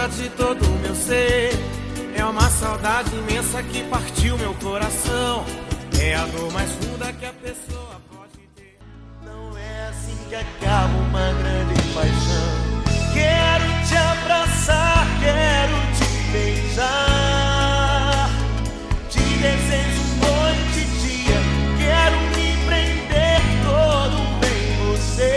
profunda de todo o meu ser. É uma saudade imensa que partiu meu coração. É a dor mais funda que a pessoa pode ter. Não é assim que acaba uma grande paixão. Quero te abraçar, quero te beijar. Te desejo noite e dia. Quero me prender todo em você.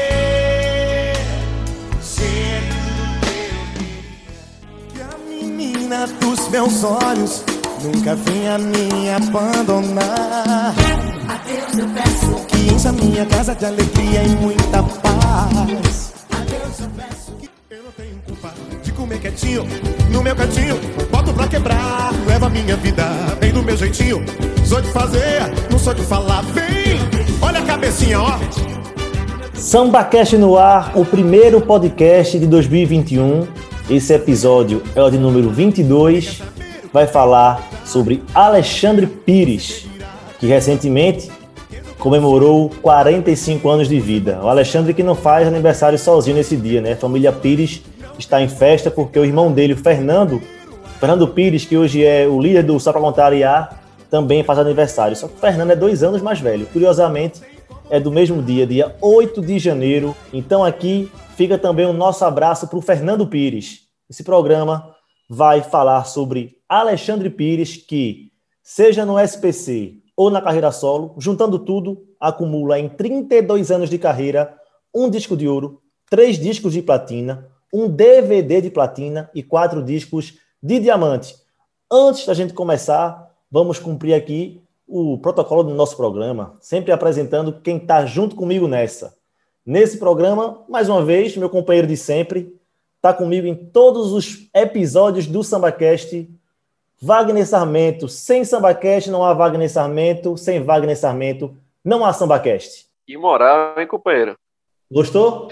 Ser tudo que eu queria. Que a menina dos meus olhos nunca venha me abandonar. A Deus eu peço que encha minha casa de alegria e muita paz. a Deus eu peço Que eu não tenho culpa de comer quietinho no meu cantinho. Boto pra quebrar, leva minha vida bem do meu jeitinho. Sou de fazer, não sou de falar. Vem, olha a cabecinha, ó. SambaCast no ar, o primeiro podcast de 2021. Esse episódio é o de número 22. Vai falar sobre Alexandre Pires, que recentemente comemorou 45 anos de vida. O Alexandre que não faz aniversário sozinho nesse dia, né? A família Pires está em festa porque o irmão dele, o Fernando Pires, que hoje é o líder do Só Pra Contrariar, também faz aniversário. Só que o Fernando é 2 anos mais velho. Curiosamente, é do mesmo dia 8 de janeiro. Então aqui fica também o nosso abraço para o Fernando Pires. Esse programa vai falar sobre Alexandre Pires, que, seja no SPC ou na carreira solo, juntando tudo, acumula em 32 anos de carreira 1 disco de ouro, 3 discos de platina, 1 DVD de platina e 4 discos de diamante. Antes da gente começar, vamos cumprir aqui o protocolo do nosso programa, sempre apresentando quem está junto comigo nessa. Nesse programa, mais uma vez, meu companheiro de sempre, está comigo em todos os episódios do SambaCast, Wagner Sarmento. Sem SambaCast não há Wagner Sarmento, sem Wagner Sarmento não há SambaCast. Que moral, hein, companheiro? Gostou?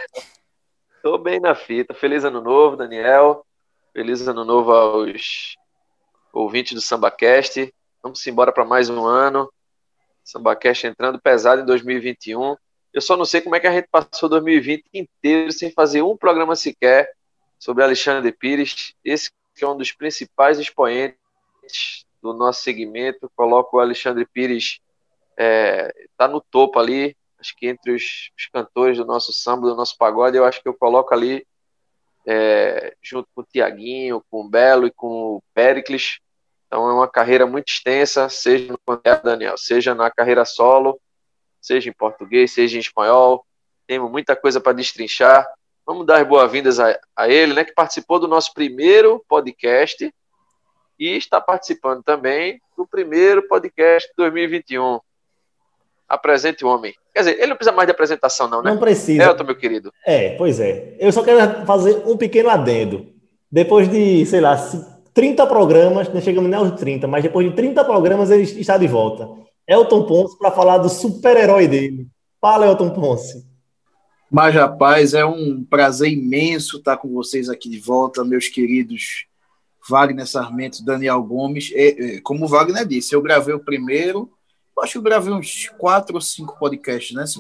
Tô bem na fita. Feliz ano novo, Daniel. Feliz ano novo aos ouvintes do SambaCast. Vamos embora para mais um ano. SambaCast entrando pesado em 2021. Eu só não sei como é que a gente passou 2020 inteiro sem fazer um programa sequer sobre Alexandre Pires. Esse que é um dos principais expoentes do nosso segmento. Coloco o Alexandre Pires, tá no topo ali, acho que entre os cantores do nosso samba, do nosso pagode, eu acho que eu coloco ali, junto com o Tiaguinho, com o Belo e com o Péricles. Então é uma carreira muito extensa, seja no Contrariar, Daniel, seja na carreira solo, seja em português, seja em espanhol. Temos muita coisa para destrinchar. Vamos dar as boas-vindas a ele, né, que participou do nosso primeiro podcast e está participando também do primeiro podcast de 2021. Apresente o homem. Quer dizer, ele não precisa mais de apresentação, não, né? Não precisa. Elton, meu querido. Pois é. Eu só quero fazer um pequeno adendo. Depois de, 30 programas, não chegamos nem aos 30, mas depois de 30 programas ele está de volta. Elton Ponce para falar do super-herói dele. Fala, Elton Ponce. Mas, rapaz, é um prazer imenso estar com vocês aqui de volta, meus queridos Wagner Sarmento, Daniel Gomes. Como o Wagner disse, eu gravei o primeiro, acho que eu gravei uns 4 ou 5 podcasts, né?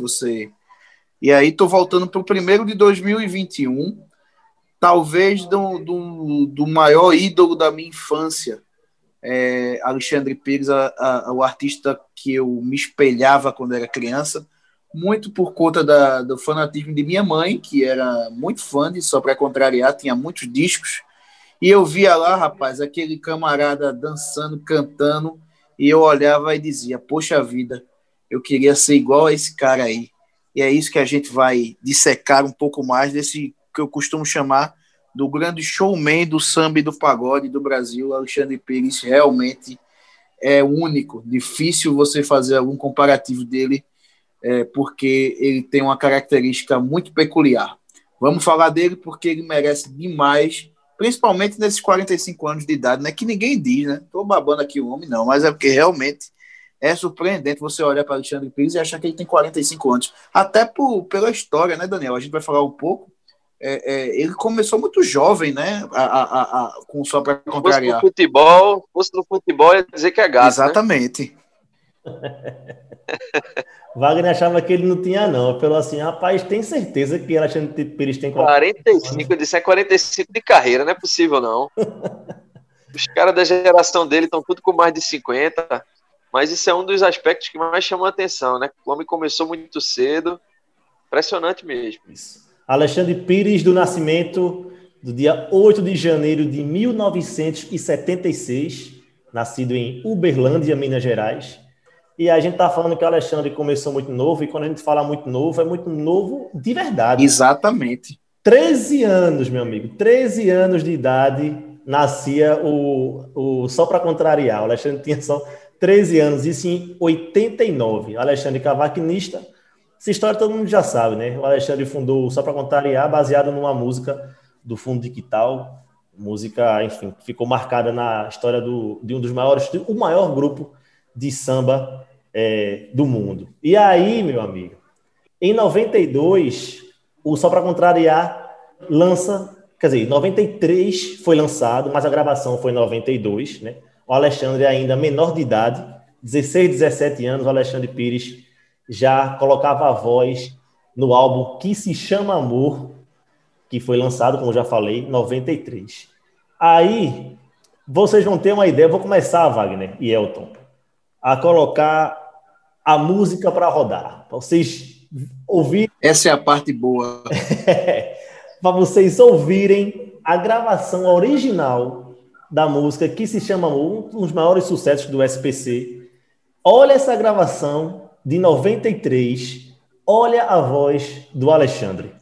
E aí estou voltando para o primeiro de 2021, talvez do maior ídolo da minha infância, Alexandre Pires, o artista que eu me espelhava quando era criança, muito por conta do fanatismo de minha mãe, que era muito fã de Só Pra Contrariar, tinha muitos discos, e eu via lá, rapaz, aquele camarada dançando, cantando, e eu olhava e dizia, poxa vida, eu queria ser igual a esse cara aí. E é isso que a gente vai dissecar um pouco mais desse que eu costumo chamar do grande showman do samba e do pagode do Brasil. Alexandre Pires realmente é único, difícil você fazer algum comparativo dele, porque ele tem uma característica muito peculiar. Vamos falar dele porque ele merece demais, principalmente nesses 45 anos de idade, né? Que ninguém diz, né? Estou babando aqui o homem, não, mas é porque realmente é surpreendente você olhar para Alexandre Pires e achar que ele tem 45 anos. Até pela história, né, Daniel? A gente vai falar um pouco. Ele começou muito jovem, né? Com Só Pra Contrariar. Fosse no futebol ia dizer que é gato, exatamente. Né? Wagner achava que ele não tinha, não. Falou assim, rapaz, tem certeza que Alexandre Pires tem 45, eu disse, é 45 de carreira, não é possível, não. Os caras da geração dele estão tudo com mais de 50, mas isso é um dos aspectos que mais chamou a atenção, né? O homem começou muito cedo, impressionante mesmo. Isso. Alexandre Pires, do nascimento do dia 8 de janeiro de 1976, nascido em Uberlândia, Minas Gerais. E a gente tá falando que o Alexandre começou muito novo, e quando a gente fala muito novo, é muito novo de verdade. Exatamente. 13 anos, meu amigo, 13 anos de idade, nascia o só para contrariar, o Alexandre tinha só 13 anos, isso em 89. Alexandre cavaquinista, essa história todo mundo já sabe, né? O Alexandre fundou o Só para Contrariar, baseado numa música do Fundo de Quintal, música, enfim, ficou marcada na história de um dos maiores, o maior grupo de samba do mundo. E aí, meu amigo, em 92, o Só para Contrariar lança, quer dizer, em 93 foi lançado, mas a gravação foi em 92, né? O Alexandre ainda menor de idade, 16, 17 anos, o Alexandre Pires já colocava a voz no álbum Que Se Chama Amor, que foi lançado, como já falei, em 93. Aí, vocês vão ter uma ideia, eu vou começar, Wagner e Elton, a colocar a música para rodar, para vocês ouvirem. Essa é a parte boa. Para vocês ouvirem a gravação original da música Que Se Chama Amor, um dos maiores sucessos do SPC. Olha essa gravação de 93, olha a voz do Alexandre.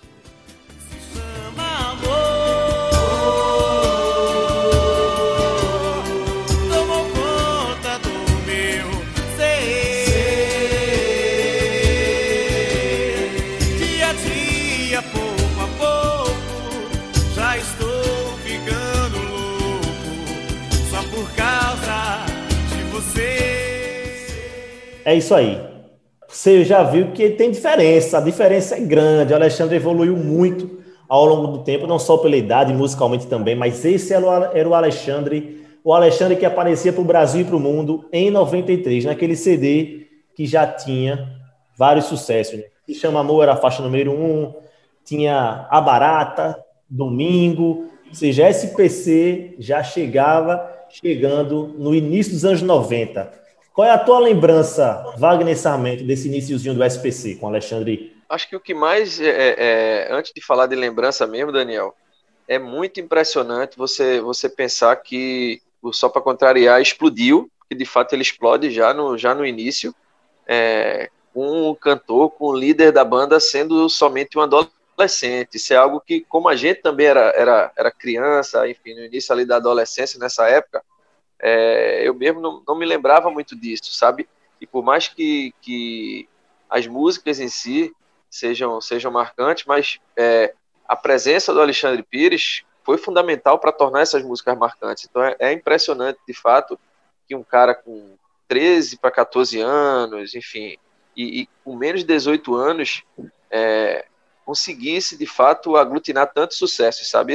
É isso aí. Você já viu que tem diferença, a diferença é grande. O Alexandre evoluiu muito ao longo do tempo, não só pela idade, musicalmente também, mas esse era o Alexandre que aparecia para o Brasil e para o mundo em 93, naquele CD que já tinha vários sucessos. Né? Se Chama Amor era a faixa número 1, tinha A Barata, Domingo, ou seja, SPC já chegando no início dos anos 90. Qual é a tua lembrança, Wagner Sarmento, desse iniciozinho do SPC com Alexandre? Acho que o que mais, antes de falar de lembrança mesmo, Daniel, é muito impressionante você pensar que o Só Pra Contrariar explodiu, que de fato ele explode já no início, com o cantor, com o líder da banda sendo somente um adolescente. Isso é algo que, como a gente também era criança, enfim, no início ali da adolescência, nessa época, eu mesmo não me lembrava muito disso, sabe? E por mais que as músicas em si sejam marcantes, mas a presença do Alexandre Pires foi fundamental para tornar essas músicas marcantes. Então é impressionante, de fato, que um cara com 13 para 14 anos, enfim, e com menos de 18 anos, conseguisse, de fato, aglutinar tantos sucessos, sabe?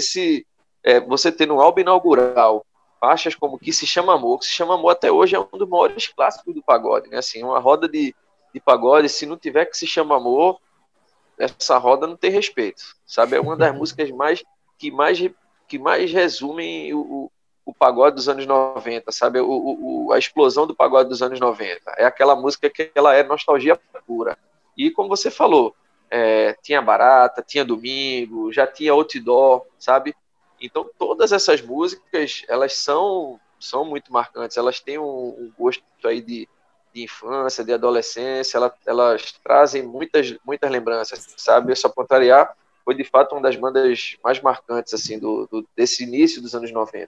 Você ter no álbum inaugural faixas como Que Se Chama Amor, Que Se Chama Amor até hoje é um dos maiores clássicos do pagode, né? Assim, uma roda de pagode, se não tiver Que Se Chama Amor, essa roda não tem respeito, sabe? É uma das músicas que mais resumem o pagode dos anos 90, sabe? A explosão do pagode dos anos 90. É aquela música que ela é nostalgia pura. E como você falou, tinha Barata, tinha Domingo, já tinha Outdoor, sabe? Então, todas essas músicas, elas são muito marcantes, elas têm um gosto aí de infância, de adolescência, elas trazem muitas lembranças, sabe? Só Contrariar foi, de fato, uma das bandas mais marcantes, assim, desse início dos anos 90.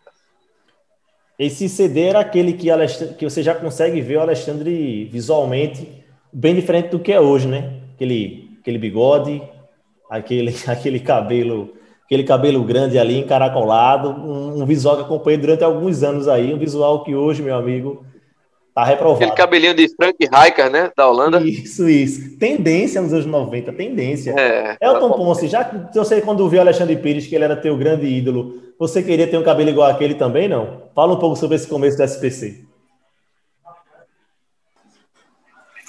Esse CD era aquele que você já consegue ver o Alexandre visualmente bem diferente do que é hoje, né? Aquele bigode, aquele cabelo grande ali, encaracolado, um visual que acompanhei durante alguns anos aí, um visual que hoje, meu amigo, tá reprovado. Aquele cabelinho de Frank Rijkaard, né, da Holanda. Isso. Tendência nos anos 90, tendência. Elton Ponce, já que você, quando viu Alexandre Pires, que ele era teu grande ídolo, você queria ter um cabelo igual aquele também, não? Fala um pouco sobre esse começo do SPC.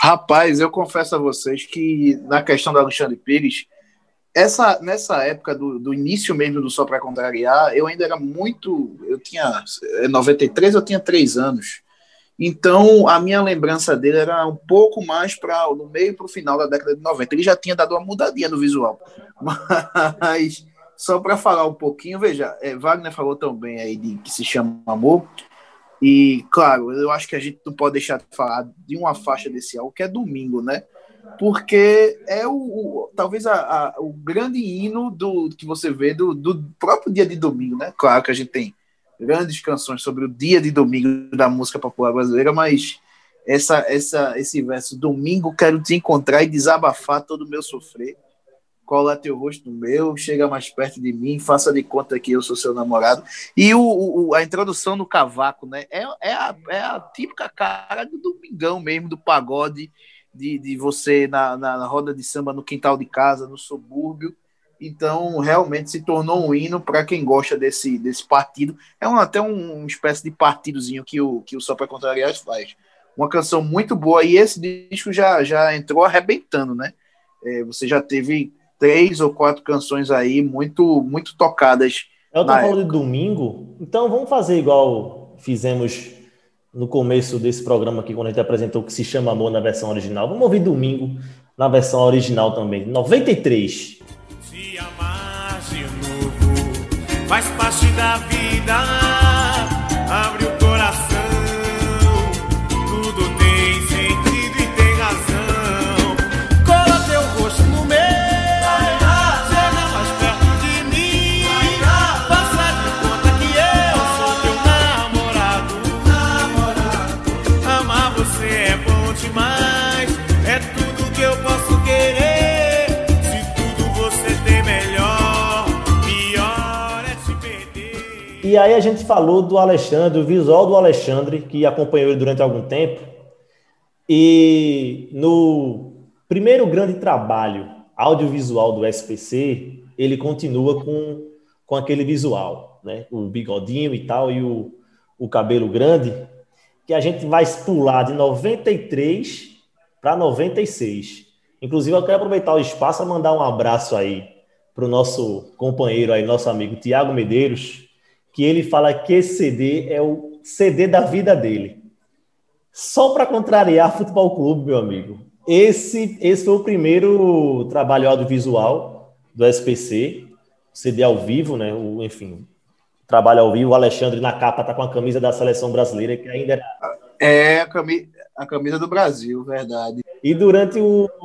Rapaz, eu confesso a vocês que na questão do Alexandre Pires, nessa época do início mesmo do Só Pra Contrariar, eu ainda era muito. Eu tinha. Em 93, eu tinha 3 anos. Então, a minha lembrança dele era um pouco mais para no meio para o final da década de 90. Ele já tinha dado uma mudadinha no visual. Mas, só para falar um pouquinho, veja, Wagner falou também aí de que se chama Amor. E, claro, eu acho que a gente não pode deixar de falar de uma faixa desse álbum, que é Domingo, né? Porque é talvez o grande hino que você vê do próprio dia de domingo, né? Claro que a gente tem grandes canções sobre o dia de domingo da música popular brasileira, mas esse verso, domingo quero te encontrar e desabafar todo o meu sofrer, cola teu rosto no meu, chega mais perto de mim, faça de conta que eu sou seu namorado. E a introdução no cavaco, né? É a típica cara do domingão mesmo, do pagode, de você na roda de samba no quintal de casa, no subúrbio. Então, realmente se tornou um hino para quem gosta desse partido. Até uma espécie de partidozinho que o Só Pra Contrariar faz. Uma canção muito boa, e esse disco já entrou arrebentando, né? Você já teve 3 ou 4 canções aí muito, muito tocadas. Eu tô falando de domingo, então vamos fazer igual fizemos no começo desse programa aqui, quando a gente apresentou o que se chama Amor na versão original. Vamos ouvir domingo na versão original também, 93. Se amar de novo faz parte da vida, abre o coração, tudo tem sentido e tem razão. Cola teu rosto no meu, chega mais perto de mim, faça de conta que eu sou teu namorado. Amar você é bom demais, é tudo que eu posso querer. E aí a gente falou do Alexandre, o visual do Alexandre, que acompanhou ele durante algum tempo. E no primeiro grande trabalho audiovisual do SPC, ele continua com aquele visual, né? O bigodinho e tal, e o cabelo grande, que a gente vai pular de 93 para 96. Inclusive, eu quero aproveitar o espaço para mandar um abraço aí para o nosso companheiro aí, nosso amigo Tiago Medeiros, que ele fala que esse CD é o CD da vida dele. Só para contrariar Futebol Clube, meu amigo. Esse foi o primeiro trabalho audiovisual do SPC, CD ao vivo, né? Enfim, trabalho ao vivo. O Alexandre na capa tá com a camisa da seleção brasileira, que ainda era... a camisa do Brasil, verdade. E durante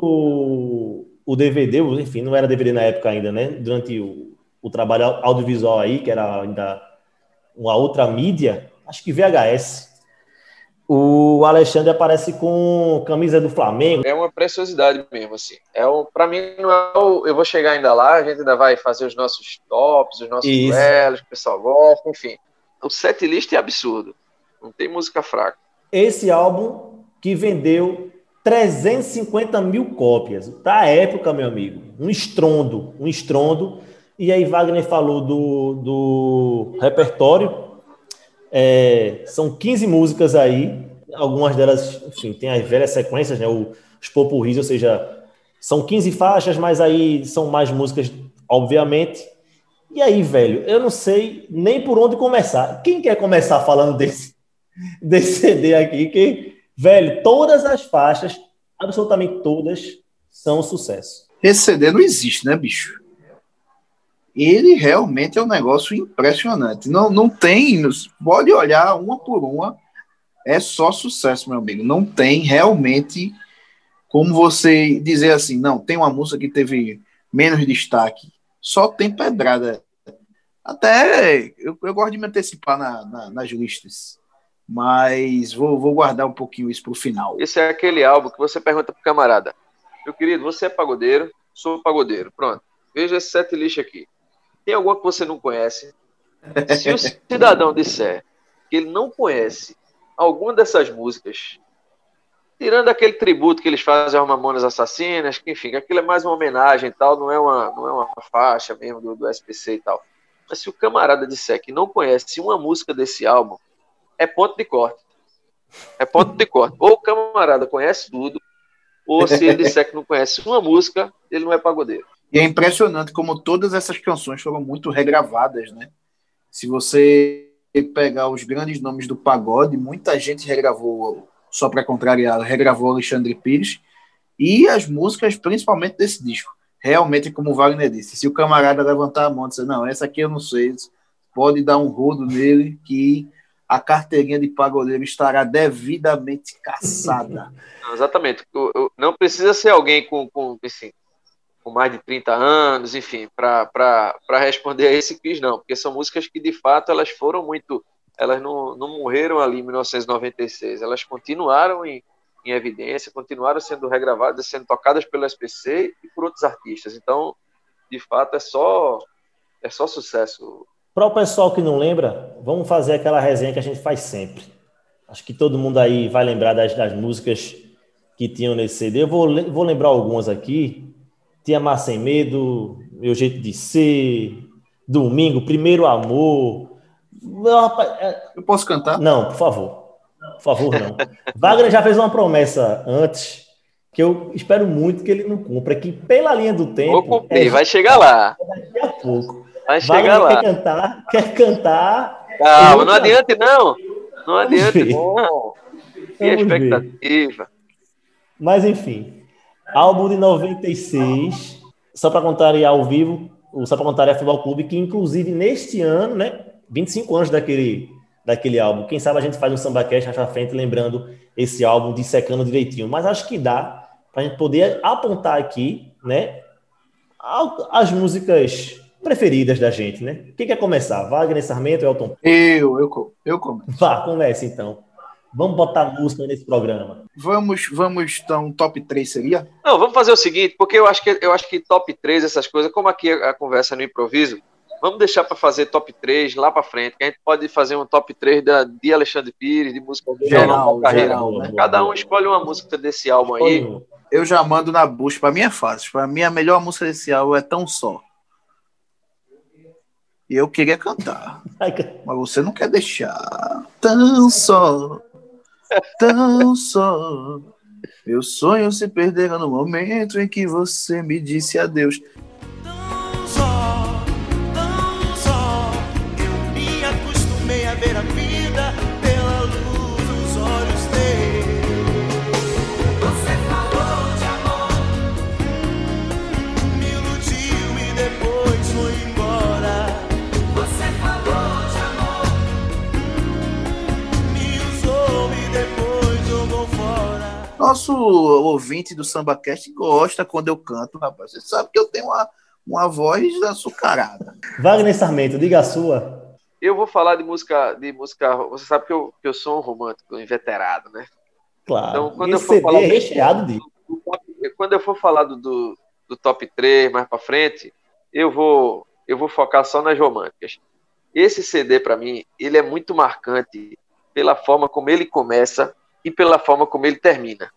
o DVD, enfim, não era DVD na época ainda, né? Durante o trabalho audiovisual aí, que era ainda uma outra mídia, acho que VHS, o Alexandre aparece com camisa do Flamengo. É uma preciosidade mesmo, assim. Para mim, não é eu vou chegar ainda lá, a gente ainda vai fazer os nossos tops, os nossos duelos, que o pessoal gosta, enfim. O setlist é absurdo. Não tem música fraca. Esse álbum que vendeu 350 mil cópias. Da época, meu amigo. Um estrondo. E aí Wagner falou do repertório. São 15 músicas aí. Algumas delas, enfim, tem as velhas sequências, né? Os popurris, ou seja, são 15 faixas, mas aí são mais músicas, obviamente. E aí, velho, eu não sei nem por onde começar. Quem quer começar falando desse CD aqui? Que, velho, todas as faixas, absolutamente todas, são um sucesso. Esse CD não existe, né, bicho? Ele realmente é um negócio impressionante. Não tem, pode olhar uma por uma, é só sucesso, meu amigo. Não tem realmente como você dizer assim, não, tem uma música que teve menos destaque. Só tem pedrada. Até eu gosto de me antecipar nas listas, mas vou guardar um pouquinho isso para o final. Esse é aquele álbum que você pergunta pro camarada: meu querido, você é pagodeiro? Sou pagodeiro. Pronto, veja esse setlist aqui. Tem alguma que você não conhece? Se o cidadão disser que ele não conhece alguma dessas músicas, tirando aquele tributo que eles fazem aos Mamonas Assassinas, que enfim, aquilo é mais uma homenagem e tal, não é uma faixa mesmo do SPC e tal. Mas se o camarada disser que não conhece uma música desse álbum, é ponto de corte. É ponto de corte. Ou o camarada conhece tudo, ou se ele disser que não conhece uma música, ele não é pagodeiro. E é impressionante como todas essas canções foram muito regravadas, né? Se você pegar os grandes nomes do pagode, muita gente regravou, só para contrariar, regravou Alexandre Pires, e as músicas, principalmente desse disco. Realmente, como o Wagner disse, se o camarada levantar a mão e dizer, não, essa aqui eu não sei, pode dar um rodo nele que a carteirinha de pagodeiro estará devidamente caçada. Exatamente. Não precisa ser alguém com mais de 30 anos, enfim, para responder a esse quiz, não. Porque são músicas que, de fato, elas foram muito... Elas não morreram ali em 1996. Elas continuaram em evidência, continuaram sendo regravadas, sendo tocadas pelo SPC e por outros artistas. Então, de fato, é só sucesso. Para o pessoal que não lembra, vamos fazer aquela resenha que a gente faz sempre. Acho que todo mundo aí vai lembrar das músicas que tinham nesse CD. Eu vou lembrar algumas aqui. Te Amar Sem Medo, Meu Jeito de Ser, Domingo, Primeiro Amor. Eu posso cantar? Não, por favor. Por favor, não. Wagner já fez uma promessa antes, que eu espero muito que ele não cumpra, que pela linha do tempo... Vou cumprir, vai chegar lá. Daqui a pouco. Vai chegar lá. Quer cantar... Calma, não adiante não. Não adiante não. E a expectativa. Mas, enfim. Álbum de 96, só para contar aí ao vivo, o Só para Contar é Futebol Clube, que inclusive neste ano, né, 25 anos daquele álbum. Quem sabe a gente faz um SambaCast mais pra frente, lembrando esse álbum, dissecando direitinho. Mas acho que dá pra gente poder apontar aqui, né, as músicas preferidas da gente, né? Quem quer começar? Wagner, Sarmento, Elton? Eu começo. Vá, comece então. Vamos botar música nesse programa. Vamos então, top 3 seria? Não, vamos fazer o seguinte, porque eu acho que top 3, essas coisas, como aqui a conversa é no improviso, vamos deixar para fazer top 3 lá para frente, que a gente pode fazer um top 3 de Alexandre Pires, de música geral, carreira. Né? Cada um escolhe uma música desse álbum aí. Eu já mando na busca, para mim é fácil. Para mim a melhor música desse álbum é Tão Só. E eu queria cantar, mas você não quer deixar. Tão só, tão só. Meus sonhos se perderam no momento em que você me disse adeus. Tão só, eu me acostumei a ver a vida pela luz dos olhos teus. Você falou de amor, me iludiu e depois foi embora. Você falou de amor, me usou e depois jogou fora. Nosso ouvinte do SambaCast gosta quando eu canto, rapaz. Você sabe que eu tenho uma voz açucarada. Wagner Sarmento, diga a sua. Eu vou falar de música. Você sabe que eu sou um romântico inveterado, né? Claro. Então, quando esse CD é recheado disso. Quando eu for falar do top 3 mais pra frente, eu vou focar só nas românticas. Esse CD, pra mim, ele é muito marcante pela forma como ele começa e pela forma como ele termina.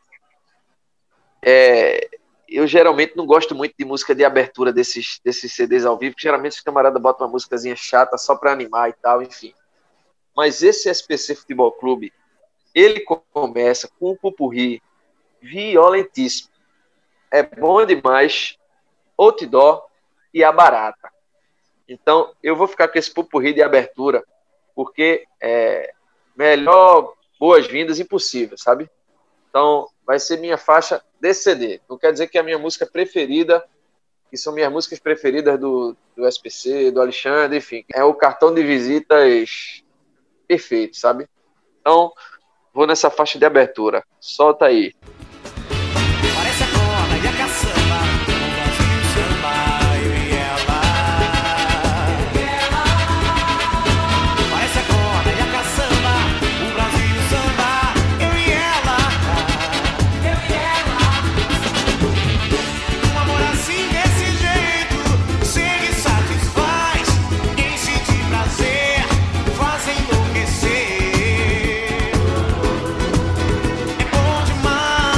Eu geralmente não gosto muito de música de abertura desses CDs ao vivo, porque geralmente os camaradas botam uma músicazinha chata só para animar e tal, enfim. Mas esse SPC Futebol Clube, ele começa com um pupurri violentíssimo. É bom demais, Outdoor e A Barata. Então, eu vou ficar com esse pupurri de abertura, porque melhor boas-vindas impossível, sabe? Então, vai ser minha faixa desse CD. Não quer dizer que é a minha música preferida, que são minhas músicas preferidas do SPC, do Alexandre, enfim. É o cartão de visitas perfeito, sabe? Então, vou nessa faixa de abertura. Solta aí. Parece a corda e a caçamba, o Brasil samba, eu e ela. Parece a corda e a caçamba, o Brasil samba, eu e ela. Um amor assim, desse jeito, chega e satisfaz, enche de prazer, faz enlouquecer. É bom demais.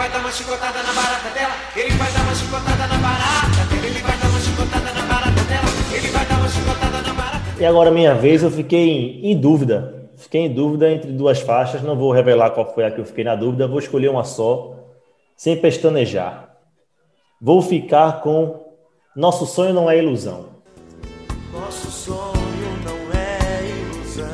vai dar uma chicotada na barata dela, ele vai dar uma chicotada na barata dela, ele vai dar uma chicotada na barata dela, ele vai dar uma chicotada na barata. E agora, minha vez, eu fiquei em dúvida. Fiquei em dúvida entre duas faixas. Não vou revelar qual foi a que eu fiquei na dúvida. Vou escolher uma só, sem pestanejar. Vou ficar com Nosso Sonho Não É Ilusão. Nosso sonho não é ilusão.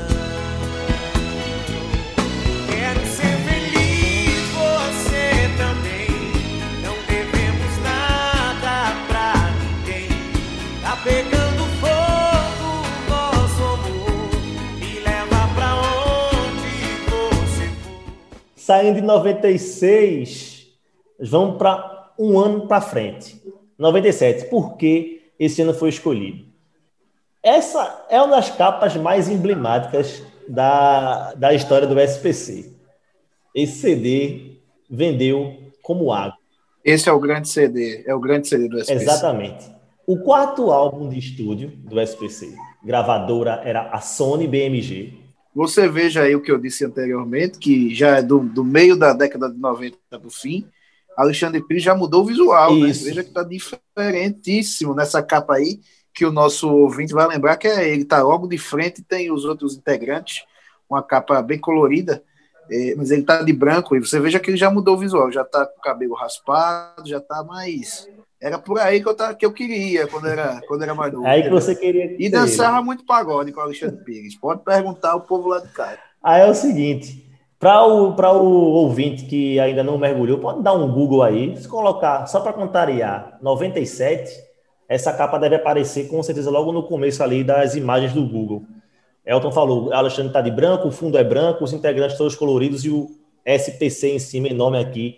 Quero ser feliz, você também. Não devemos nada pra ninguém. Tá pegando fogo o nosso amor. Me leva pra onde você for. Saindo de 96, vamos para um ano para frente. 97. Por que esse ano foi escolhido? Essa é uma das capas mais emblemáticas da história do SPC. Esse CD vendeu como água. Esse é o grande CD do SPC. Exatamente. O quarto álbum de estúdio do SPC, gravadora era a Sony BMG. Você veja aí o que eu disse anteriormente, que já é do meio da década de 90 para o fim, Alexandre Pires já mudou o visual, né? Veja que está diferentíssimo nessa capa aí, que o nosso ouvinte vai lembrar que ele está logo de frente, tem os outros integrantes, uma capa bem colorida, mas ele está de branco, e você veja que ele já mudou o visual, já está com o cabelo raspado, já está mais... Era por aí que eu queria quando era mais novo. Aí que você queria... E dançava muito pagode com o Alexandre Pires. Pode perguntar ao povo lá de casa. Aí é o seguinte... Para o ouvinte que ainda não mergulhou, pode dar um Google aí, se colocar, só para contrariar, 97, essa capa deve aparecer com certeza logo no começo ali das imagens do Google. Elton falou, Alexandre está de branco, o fundo é branco, os integrantes todos coloridos e o SPC em cima, enorme aqui,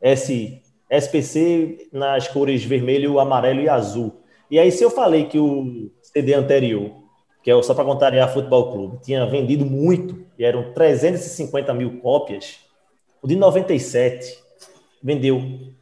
SPC nas cores vermelho, amarelo e azul. E aí se eu falei que o CD anterior, que é o Só para Contrariar Futebol Clube, tinha vendido muito, e eram 350 mil cópias, o de 97 vendeu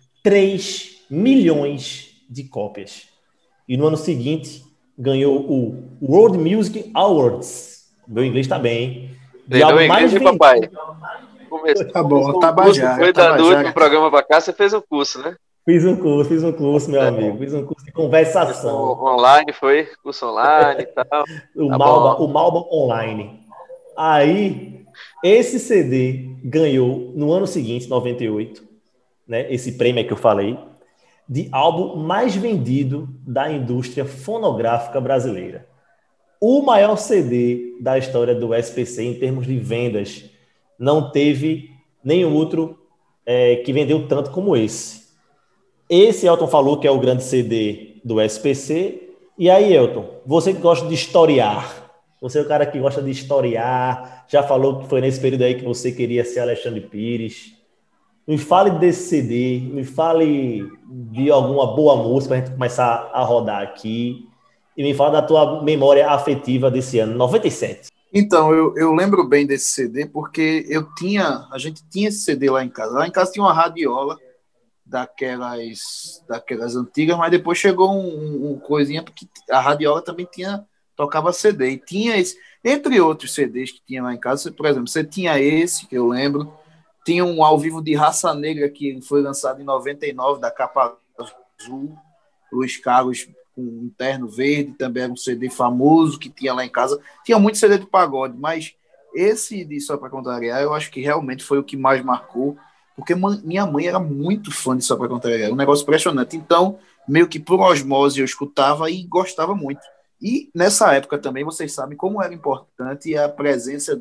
3 milhões de cópias. E no ano seguinte, ganhou o World Music Awards. Meu inglês está bem, hein? Treinou inglês, papai? Tá bom, Foi da do último programa para cá, você fez um curso, né? Fiz um curso, meu amigo. Fiz um curso de conversação. Online, foi? Curso online e tal. O Malba Online. Aí, esse CD ganhou, no ano seguinte, 98, né, esse prêmio que eu falei, de álbum mais vendido da indústria fonográfica brasileira. O maior CD da história do SPC, em termos de vendas, não teve nenhum outro que vendeu tanto como esse. Esse Elton falou que é o grande CD do SPC. E aí, Elton, você que gosta de historiar, você é o cara que gosta de historiar, já falou que foi nesse período aí que você queria ser Alexandre Pires. Me fale desse CD, me fale de alguma boa música para a gente começar a rodar aqui e me fala da tua memória afetiva desse ano, 97. Então, eu lembro bem desse CD porque a gente tinha esse CD lá em casa. Lá em casa tinha uma radiola daquelas antigas, mas depois chegou um coisinha, porque a radiola também tocava CD, e tinha esse, entre outros CDs que tinha lá em casa, por exemplo, você tinha esse, que eu lembro, tinha um ao vivo de Raça Negra, que foi lançado em 99, da capa azul, Luiz Carlos com um terno verde, também era um CD famoso que tinha lá em casa, tinha muito CD de pagode, mas esse de Só Pra Contrariar, eu acho que realmente foi o que mais marcou, porque minha mãe era muito fã de Só Pra Contrariar, um negócio impressionante. Então, meio que por osmose eu escutava e gostava muito. E nessa época também, vocês sabem como era importante a presença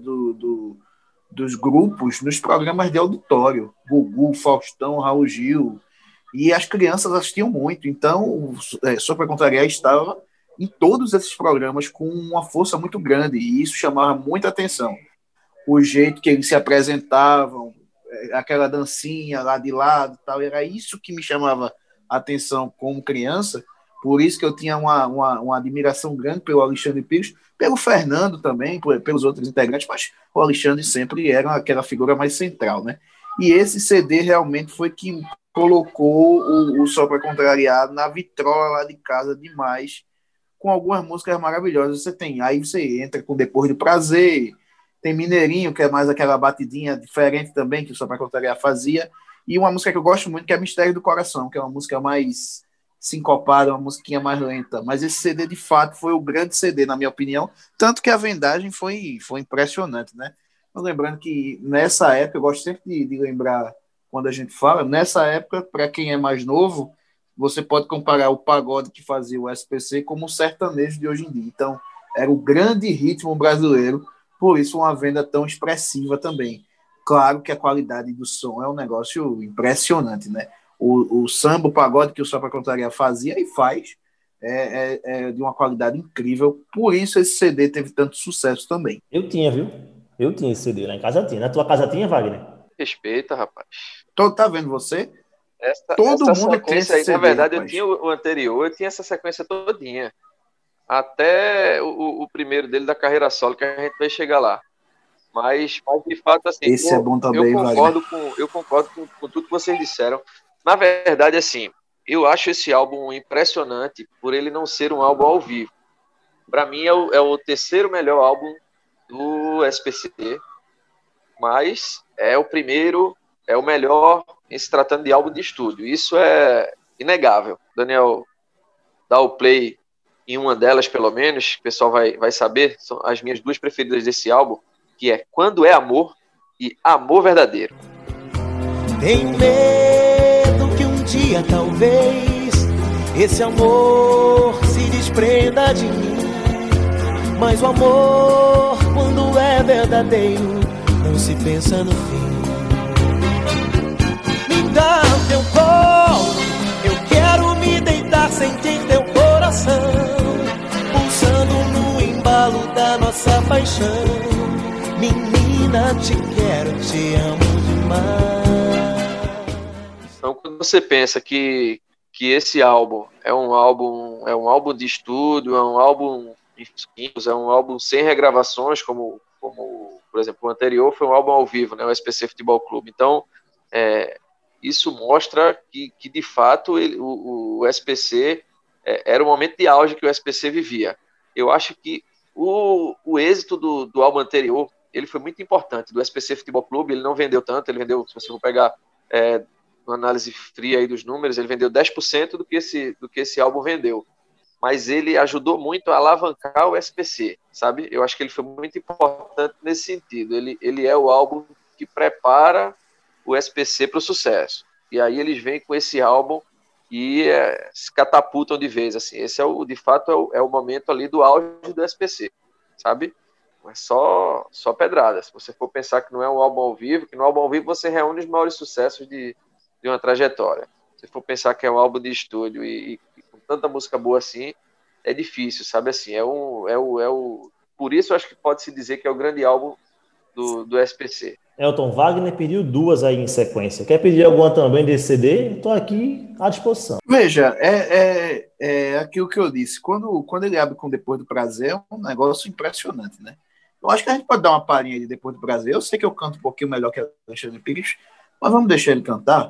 dos grupos nos programas de auditório. Gugu, Faustão, Raul Gil. E as crianças assistiam muito. Então, Só Pra Contrariar estava em todos esses programas com uma força muito grande. E isso chamava muita atenção. O jeito que eles se apresentavam, aquela dancinha lá de lado, tal, era isso que me chamava a atenção como criança, por isso que eu tinha uma admiração grande pelo Alexandre Pires, pelo Fernando também, pelos outros integrantes, mas o Alexandre sempre era aquela figura mais central, né? E esse CD realmente foi que colocou o Só Pra Contrariar na vitrola lá de casa demais, com algumas músicas maravilhosas. Aí você entra com Depois do Prazer, tem Mineirinho, que é mais aquela batidinha diferente também, que o Só Pra Contrariar fazia, E uma música que eu gosto muito, que é Mistério do Coração, que é uma música mais sincopada, uma musiquinha mais lenta. Mas esse CD, de fato, foi o grande CD, na minha opinião. Tanto que a vendagem foi impressionante, né? Lembrando que nessa época, eu gosto sempre de lembrar, quando a gente fala, nessa época, para quem é mais novo, você pode comparar o pagode que fazia o SPC como o sertanejo de hoje em dia. Então, era o grande ritmo brasileiro, por isso uma venda tão expressiva também. Claro que a qualidade do som é um negócio impressionante, né? O samba, o pagode que o Só Pra Contaria fazia e faz é de uma qualidade incrível, por isso esse CD teve tanto sucesso também. Eu tinha, viu? Eu tinha esse CD, lá em casa tinha. Na tua casa tinha, Wagner? Respeita, rapaz. Tá vendo você? Todo mundo sequência tem esse aí, CD, na verdade, rapaz. eu tinha o anterior, eu tinha essa sequência todinha. Até o primeiro dele da carreira solo, que a gente vai chegar lá. Mas de fato, assim, Esse é bom também, eu concordo com tudo que vocês disseram. Na verdade, assim, eu acho esse álbum impressionante por ele não ser um álbum ao vivo. Para mim, é o terceiro melhor álbum do SPC, mas é o primeiro, é o melhor em se tratando de álbum de estúdio. Isso é inegável. Daniel, dá o play em uma delas, pelo menos, o pessoal vai saber, são as minhas duas preferidas desse álbum, que é Quando é Amor e Amor Verdadeiro. Tenho medo que um dia, talvez, esse amor se desprenda de mim. Mas o amor, quando é verdadeiro, não se pensa no fim. Me dá o teu colo, eu quero me deitar, sentir teu coração pulsando no embalo da nossa paixão. Menina, te quero, te amo demais. Então, quando você pensa que esse álbum é um álbum de estúdio, é um álbum sem regravações, como por exemplo, o anterior foi um álbum ao vivo, né, o SPC Futebol Clube. Então, isso mostra que de fato o SPC era o momento de auge que o SPC vivia. Eu acho que o êxito do álbum anterior, ele foi muito importante. Do SPC Futebol Clube, ele não vendeu tanto, ele vendeu, se você for pegar uma análise fria aí dos números, ele vendeu 10% do que esse álbum vendeu. Mas ele ajudou muito a alavancar o SPC, sabe? Eu acho que ele foi muito importante nesse sentido. Ele é o álbum que prepara o SPC para o sucesso. E aí eles vêm com esse álbum e se catapultam de vez. Assim. Esse de fato é o momento ali do auge do SPC, sabe? Mas só pedrada. Se você for pensar que não é um álbum ao vivo, que no álbum ao vivo você reúne os maiores sucessos de uma trajetória. Se for pensar que é um álbum de estúdio e com tanta música boa assim, é difícil, sabe? Assim, por isso eu acho que pode-se dizer que é o grande álbum do SPC. Elton, Wagner pediu duas aí em sequência. Quer pedir alguma também desse CD? Estou aqui à disposição. Veja, é aquilo que eu disse. Quando ele abre com Depois do Prazer, é um negócio impressionante, né? Eu acho que a gente pode dar uma palhinha de Depois do Prazer. Eu sei que eu canto um pouquinho melhor que Alexandre Pires, mas vamos deixar ele cantar.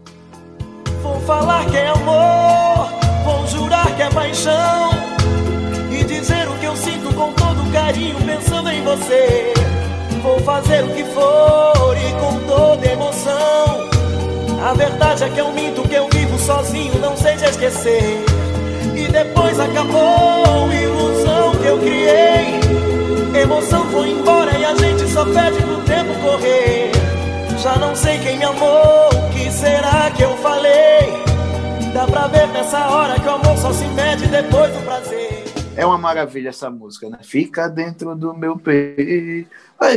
Vou falar que é amor, vou jurar que é paixão e dizer o que eu sinto com todo carinho pensando em você. Vou fazer o que for e com toda emoção. A verdade é que eu minto, que eu vivo sozinho, não sei te esquecer. E depois acabou a ilusão que eu criei. Emoção foi embora e a gente só pede pro tempo correr. Já não sei quem me amou, o que será que eu falei? Dá pra ver nessa hora que o amor só se mede depois do prazer. É uma maravilha essa música, né? Fica dentro do meu peito.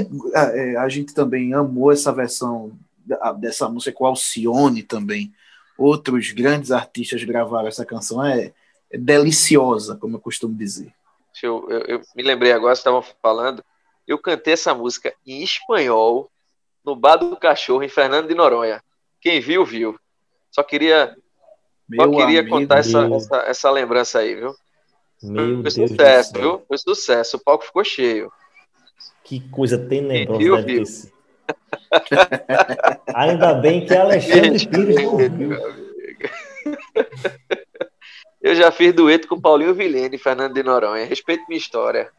A gente também amou essa versão dessa música com Alcione também. Outros grandes artistas gravaram essa canção. É deliciosa, como eu costumo dizer. Eu me lembrei agora, vocês estavam falando. Eu cantei essa música em espanhol no Bar do Cachorro, em Fernando de Noronha. Quem viu, viu. Só queria contar essa lembrança aí, viu? Foi sucesso, viu? Foi sucesso. O palco ficou cheio. Que coisa tenebrosa deve ter sido. Ainda bem que Alexandre Pires não viu. Eu já fiz dueto com Paulinho Vilhena e Fernando de Noronha. Respeito minha história.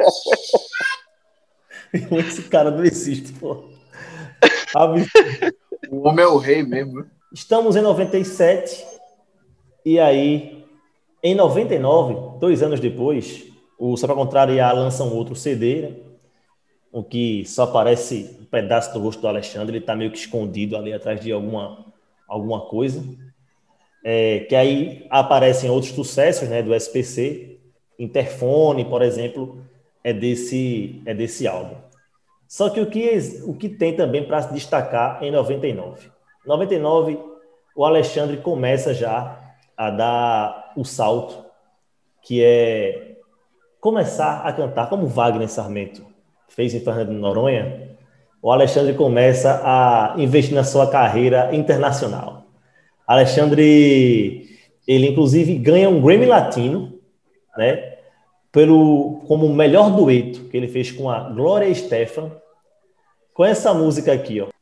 Esse cara não existe, pô. O homem é o rei mesmo. Estamos em 97, e aí, em 99, 2 anos depois, o Só Pra Contrariar lança um outro CD, né? O que só aparece um pedaço do rosto do Alexandre, ele está meio que escondido ali atrás de alguma coisa. Que aí aparecem outros sucessos, né, do SPC. Interfone, por exemplo, é desse álbum. Só que o que tem também para se destacar em 99? Em 99, o Alexandre começa já a dar o salto, que é começar a cantar como Wagner Sarmento fez em Fernando de Noronha. O Alexandre começa a investir na sua carreira internacional. Alexandre, ele inclusive ganha um Grammy Latino, né, como melhor dueto que ele fez com a Gloria Estefan, com essa música aqui, ó.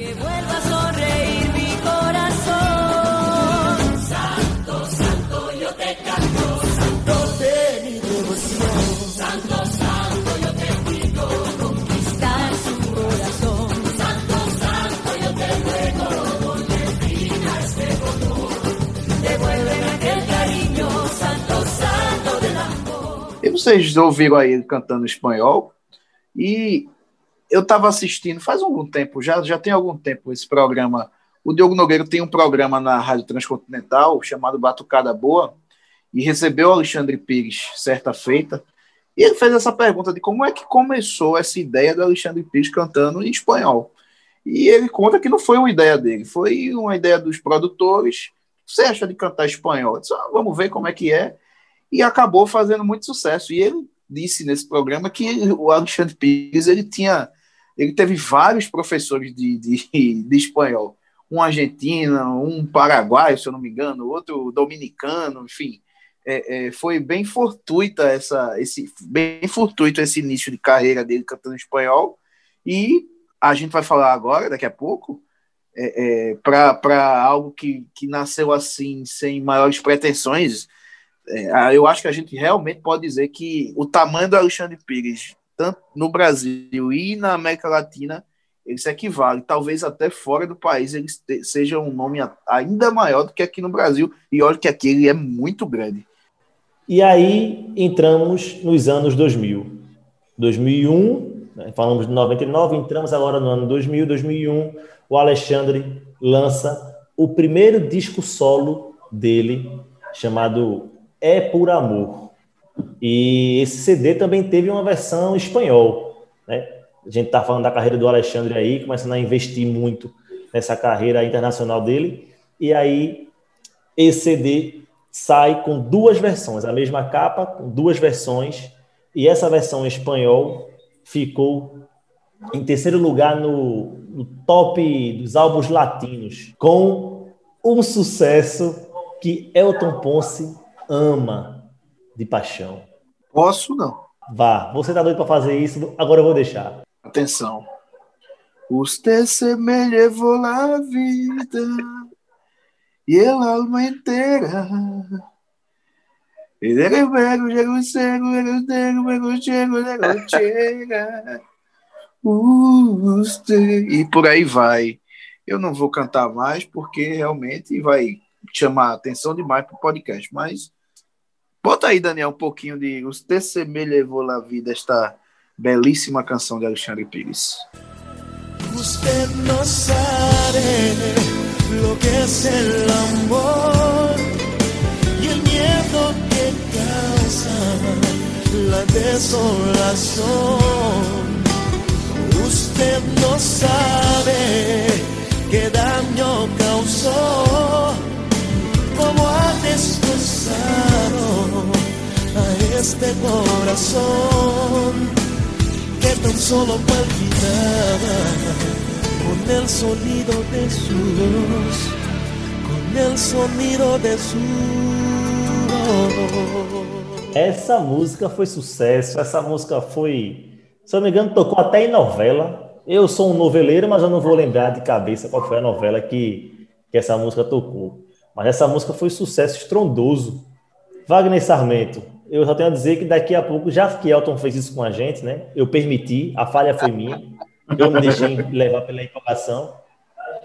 E vocês ouviram aí ele cantando espanhol, e eu estava assistindo faz algum tempo, já tem algum tempo esse programa. O Diogo Nogueira tem um programa na Rádio Transcontinental chamado Batucada Boa, e recebeu o Alexandre Pires certa feita, e ele fez essa pergunta de como é que começou essa ideia do Alexandre Pires cantando em espanhol. E ele conta que não foi uma ideia dele, foi uma ideia dos produtores. O que você acha de cantar espanhol? Eu disse, vamos ver como é que é. E acabou fazendo muito sucesso. E ele disse nesse programa que o Alexandre Pires ele teve vários professores de espanhol. Um argentino, um paraguaio, se eu não me engano, outro dominicano, enfim. Foi bem fortuito esse início de carreira dele cantando espanhol. E a gente vai falar agora, daqui a pouco, para algo que nasceu assim, sem maiores pretensões. Eu acho que a gente realmente pode dizer que o tamanho do Alexandre Pires, tanto no Brasil e na América Latina, ele se equivale. Talvez até fora do país ele seja um nome ainda maior do que aqui no Brasil. E olha que aqui ele é muito grande. E aí entramos nos anos 2000. 2001, né, falamos de 99, entramos agora no ano 2000, 2001. O Alexandre lança o primeiro disco solo dele, chamado É Por Amor. E esse CD também teve uma versão em espanhol, né? A gente está falando da carreira do Alexandre aí, começando a investir muito nessa carreira internacional dele. E aí esse CD sai com 2 versões, a mesma capa, com 2 versões. E essa versão em espanhol ficou em terceiro lugar no top dos álbuns latinos, com um sucesso que Elton Ponce ama de paixão. Posso não? Vá, você tá doido para fazer isso, agora eu vou deixar. Atenção. Usted se me llevó la vida y el alma entera. Y de que luego llego cego, luego chega. E por aí vai. Eu não vou cantar mais porque realmente vai chamar atenção demais para o podcast, mas bota aí, Daniel, um pouquinho de Usted se me llevó la vida, esta belíssima canção de Alexandre Pires. Usted no sabe lo que es el amor y el miedo que causa la desolación. Usted no sabe qué daño causó, cómo ha destrozado a este corazón que tan solo palpitaba con el sonido de su voz, con el sonido de su voz. Essa música foi sucesso, essa música foi, se eu não me engano, tocou até em novela. Eu sou um noveleiro, mas eu não vou lembrar de cabeça qual foi a novela que essa música tocou. Mas essa música foi sucesso estrondoso. Wagner Sarmento, eu só tenho a dizer que daqui a pouco, já que Elton fez isso com a gente, né? Eu permiti, a falha foi minha, eu me deixei levar pela empolgação.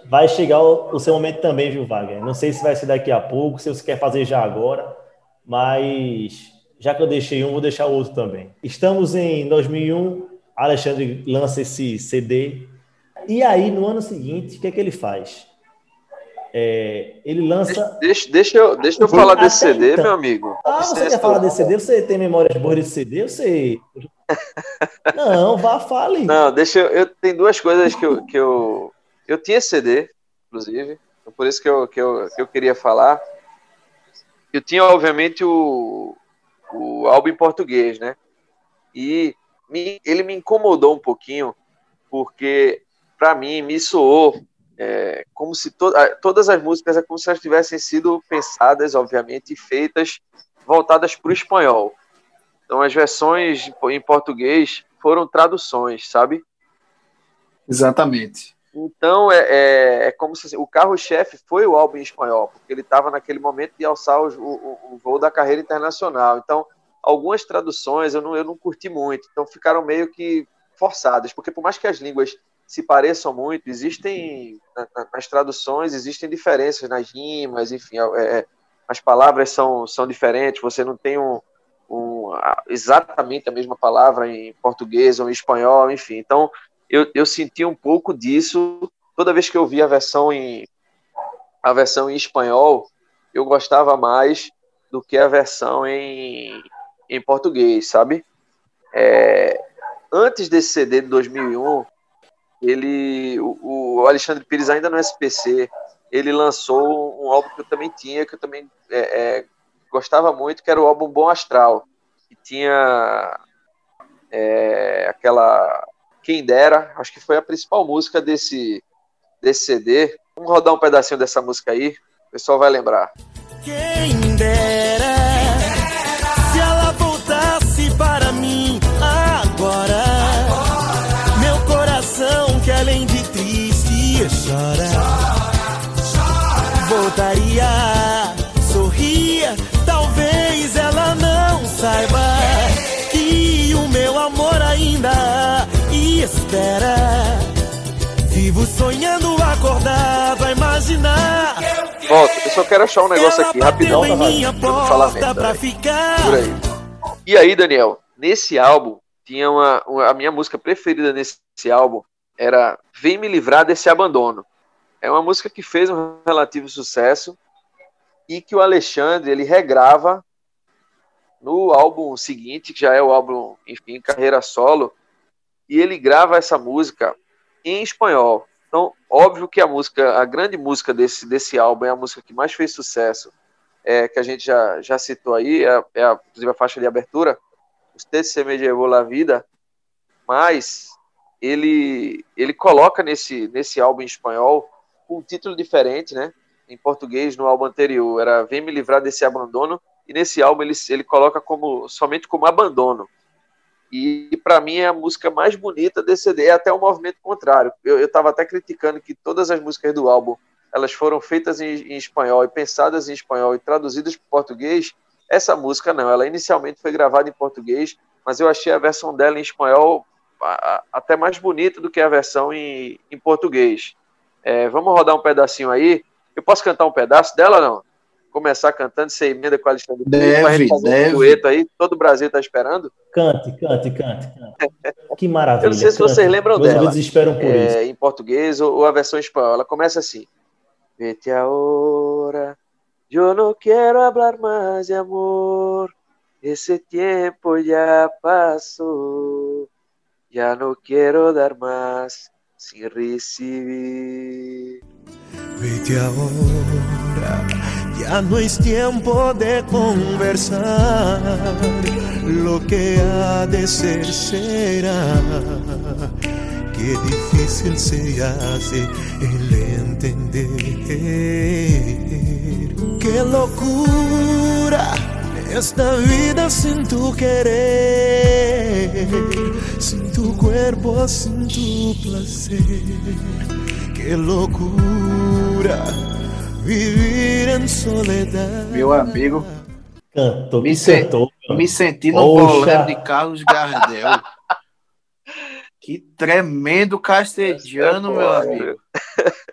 vai chegar o seu momento também, viu, Wagner? Não sei se vai ser daqui a pouco, se você quer fazer já agora, mas já que eu deixei um, vou deixar o outro também. Estamos em 2001, Alexandre lança esse CD, e aí, no ano seguinte, o que é que ele faz? Ele lança... Deixa eu falar desse CD, meu amigo. Você quer falar desse CD? Você tem memórias boas desse CD? Você... Não, fale. Não, eu tenho duas coisas que eu tinha CD, inclusive, por isso que eu queria falar. Eu tinha, obviamente, o álbum em português, né? E ele me incomodou um pouquinho, porque, para mim, me soou como se todas as músicas é como se elas tivessem sido pensadas, obviamente, e feitas voltadas para o espanhol. Então, as versões em português foram traduções, sabe? Exatamente. Então, é como se o carro-chefe foi o álbum em espanhol, porque ele estava naquele momento de alçar o voo da carreira internacional. Então, algumas traduções eu não curti muito, então ficaram meio que forçadas, porque por mais que as línguas se pareçam muito, existem, nas traduções, existem diferenças nas rimas, enfim, as palavras são diferentes, você não tem exatamente a mesma palavra em português ou em espanhol, enfim. Então, eu senti um pouco disso toda vez que eu vi a versão em espanhol. Eu gostava mais do que a versão em português, sabe? Antes desse CD de 2001, o Alexandre Pires, ainda no SPC, ele lançou um álbum que eu também tinha, que eu também gostava muito, que era o álbum Bom Astral, que tinha aquela Quem Dera, acho que foi a principal música desse CD. Vamos rodar um pedacinho dessa música aí, o pessoal vai lembrar. Quem dera, se ela voltasse para mim agora, meu coração que além de triste chora, voltaria, sorria, talvez ela não saiba que o meu amor ainda espera. Vivo sonhando acordado a imaginar. Volta, eu só quero achar um negócio aqui, rapidão, pra não falar merda. Por aí. E aí, Daniel, nesse álbum, tinha a minha música preferida nesse álbum, era Vem Me Livrar Desse Abandono. É uma música que fez um relativo sucesso e que o Alexandre, ele regrava no álbum seguinte, que já é o álbum, enfim, Carreira Solo, e ele grava essa música em espanhol. Então, óbvio que a grande música desse álbum é a música que mais fez sucesso, que a gente já citou aí, inclusive a faixa de abertura, Usted se me llevó la vida, mas ele coloca nesse álbum em espanhol um título diferente, né? Em português, no álbum anterior, era Vem Me Livrar Desse Abandono, e nesse álbum ele coloca somente como Abandono. E para mim é a música mais bonita desse CD, é até o movimento contrário. Eu estava até criticando que todas as músicas do álbum elas foram feitas em espanhol e pensadas em espanhol e traduzidas para português. Essa música não, ela inicialmente foi gravada em português, mas eu achei a versão dela em espanhol até mais bonita do que a versão em português. Vamos rodar um pedacinho aí. Eu posso cantar um pedaço dela ou não? Começar cantando, você emenda com a Alexandre Pires, pra gente fazer um dueto aí, todo o Brasil tá esperando. Cante. Que maravilha. Eu não sei se vocês lembram dela. Meus ouvidos esperam por isso. Em português ou a versão em espanhol. Ela começa assim. Vete ahora, yo no quiero hablar más de amor, ese tiempo ya pasó, ya no quiero dar más sin recibir. Vete ahora, ya no es tiempo de conversar, lo que ha de ser será, qué difícil se hace el entender, qué locura esta vida sin tu querer, sin tu cuerpo, sin tu placer, qué locura vivir en soledad. Meu amigo, Cantou. me senti no bolero de Carlos Gardel. Que tremendo castelhano, meu amigo.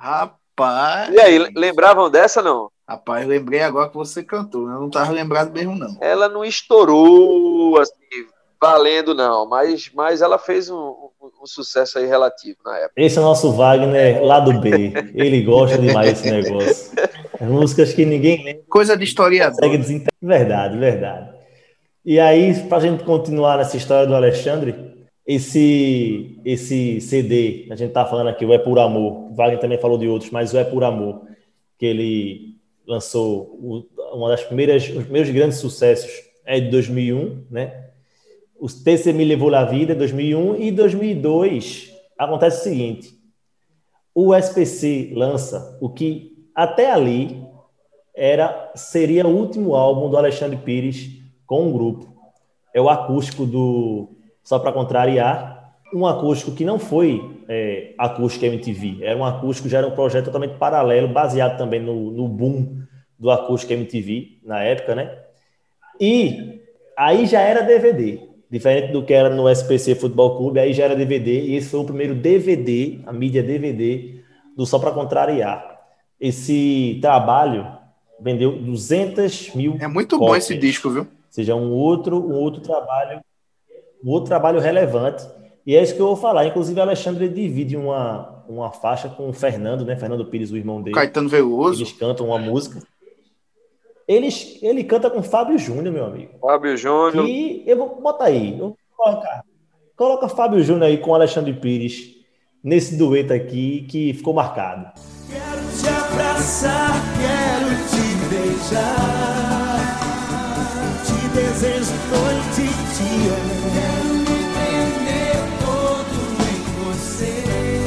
Rapaz. E aí, lembravam dessa, não? Rapaz, eu lembrei agora que você cantou. Eu não tava lembrado mesmo, não. Ela não estourou, assim, valendo, não. Mas ela fez um sucesso aí relativo na época. Esse é o nosso Wagner lado B. Ele gosta demais desse negócio. As músicas que ninguém lembra. Coisa de historiador. Verdade, verdade. E aí, para a gente continuar nessa história do Alexandre, esse CD, a gente tá falando aqui, o É Por Amor. O Wagner também falou de outros, mas o É Por Amor, que ele lançou os primeiros grandes sucessos é de 2001, né? O Você Me Levou La Vida, 2001, e 2002 acontece o seguinte: o SPC lança o que até ali seria o último álbum do Alexandre Pires com um grupo. É o acústico do Só Pra Contrariar, um acústico que não foi acústico MTV, era um acústico, já era um projeto totalmente paralelo, baseado também no boom do acústico MTV na época, né? E aí já era DVD. Diferente do que era no SPC Futebol Clube, aí já era DVD, e esse foi o primeiro DVD, a mídia DVD, do Só Pra Contrariar. Esse trabalho vendeu 200 mil É muito cópias. bom esse disco, viu? Ou seja, um outro trabalho relevante. E é isso que eu vou falar. Inclusive, o Alexandre divide uma faixa com o Fernando, né? Fernando Pires, o irmão dele. Caetano Veloso. Eles cantam uma música. Ele canta com Fábio Júnior, meu amigo. Fábio Júnior. E eu vou botar aí. Coloca Fábio Júnior aí com Alexandre Pires nesse dueto aqui que ficou marcado. Quero te abraçar, quero te beijar, te desejo noite e dia, quero me prender todo em você,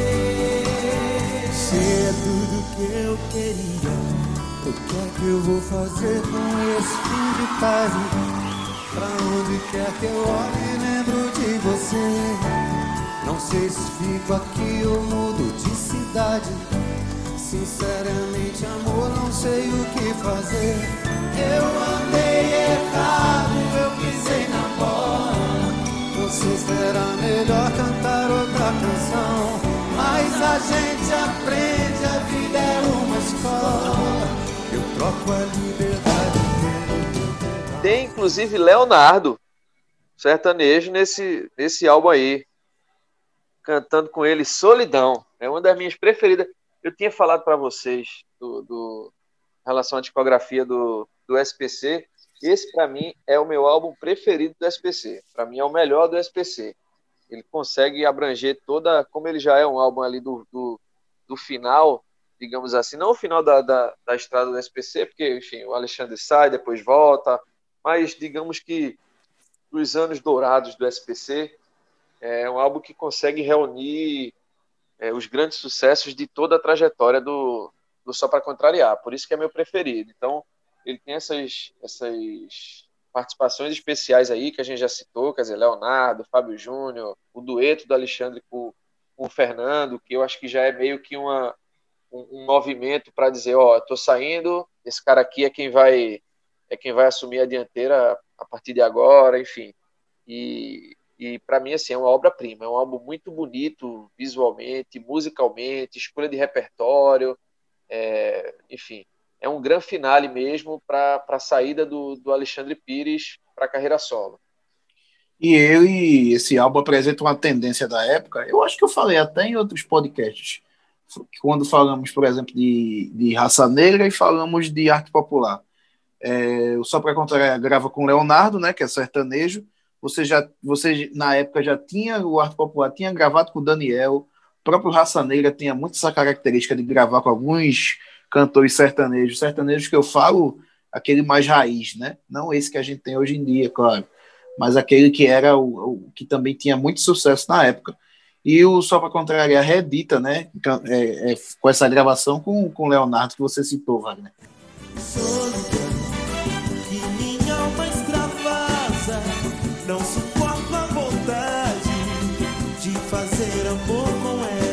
ser é tudo que eu queria. O que é que eu vou fazer com esse fim de tarde? Pra onde quer que eu olhe, lembro de você. Não sei se fico aqui ou mudo de cidade. Sinceramente, amor, não sei o que fazer. Eu andei errado, eu pisei na bola. Não sei se era melhor cantar outra canção, mas a gente aprende, a vida é uma escola. Eu troco a liberdade dele. Tem, inclusive, Leonardo, sertanejo, nesse álbum aí, cantando com ele Solidão. É uma das minhas preferidas. Eu tinha falado para vocês do relação à discografia do SPC. Esse, para mim, é o meu álbum preferido do SPC. Para mim, é o melhor do SPC. Ele consegue abranger toda... Como ele já é um álbum ali do final, digamos assim, não o final da estrada do SPC, porque, enfim, o Alexandre sai, depois volta, mas digamos que dos anos dourados do SPC, é um álbum que consegue reunir os grandes sucessos de toda a trajetória do Só Pra Contrariar, por isso que é meu preferido. Então, ele tem essas participações especiais aí, que a gente já citou, quer dizer, Leonardo, Fábio Júnior, o dueto do Alexandre com o Fernando, que eu acho que já é meio que um movimento para dizer, ó, eu tô saindo, esse cara aqui é quem vai assumir a dianteira a partir de agora, enfim. E para mim, assim, é uma obra-prima, é um álbum muito bonito visualmente, musicalmente, escolha de repertório, enfim, é um grande finale mesmo para a saída do Alexandre Pires para a carreira solo. E esse álbum apresenta uma tendência da época, eu acho que eu falei até em outros podcasts, quando falamos, por exemplo, de Raça Negra e falamos de arte popular. O Só Pra Contrariar grava com Leonardo, né, que é sertanejo. Você na época já tinha o arte popular, tinha gravado com o Daniel, o próprio Raça Negra tinha muito essa característica de gravar com alguns cantores sertanejos que eu falo, aquele mais raiz, né? Não esse que a gente tem hoje em dia, claro, mas aquele que era o que também tinha muito sucesso na época. E o Só Pra Contrariar reedita, né? Com essa gravação com o Leonardo que você citou, Wagner. Que minha alma extravasa, não suporto a vontade de fazer amor com ela.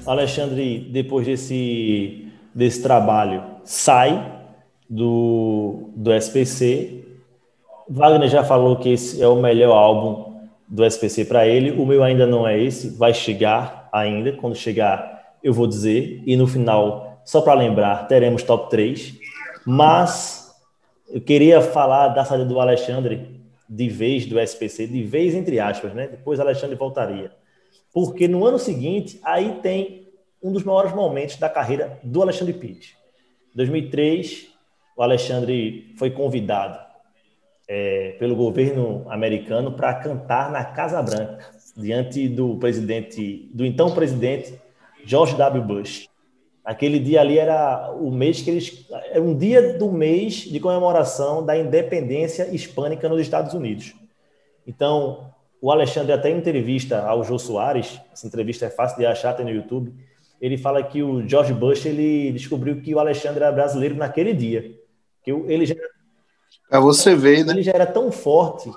O Alexandre, depois desse trabalho, sai do SPC. Wagner já falou que esse é o melhor álbum do SPC para ele. O meu ainda não é esse, vai chegar ainda. Quando chegar, eu vou dizer. E no final, só para lembrar, teremos top 3. Mas eu queria falar da saída do Alexandre de vez do SPC, de vez entre aspas, né? Depois o Alexandre voltaria. Porque no ano seguinte, aí tem um dos maiores momentos da carreira do Alexandre Pires. Em 2003, o Alexandre foi convidado pelo governo americano para cantar na Casa Branca, diante do então presidente George W. Bush. Aquele dia ali era o mês era um dia do mês de comemoração da independência hispânica nos Estados Unidos. Então, o Alexandre, até em entrevista ao Jô Soares, essa entrevista é fácil de achar, tem no YouTube, ele fala que o George Bush ele descobriu que o Alexandre era brasileiro naquele dia. Que ele já Para você ver, né? Ele já era tão forte,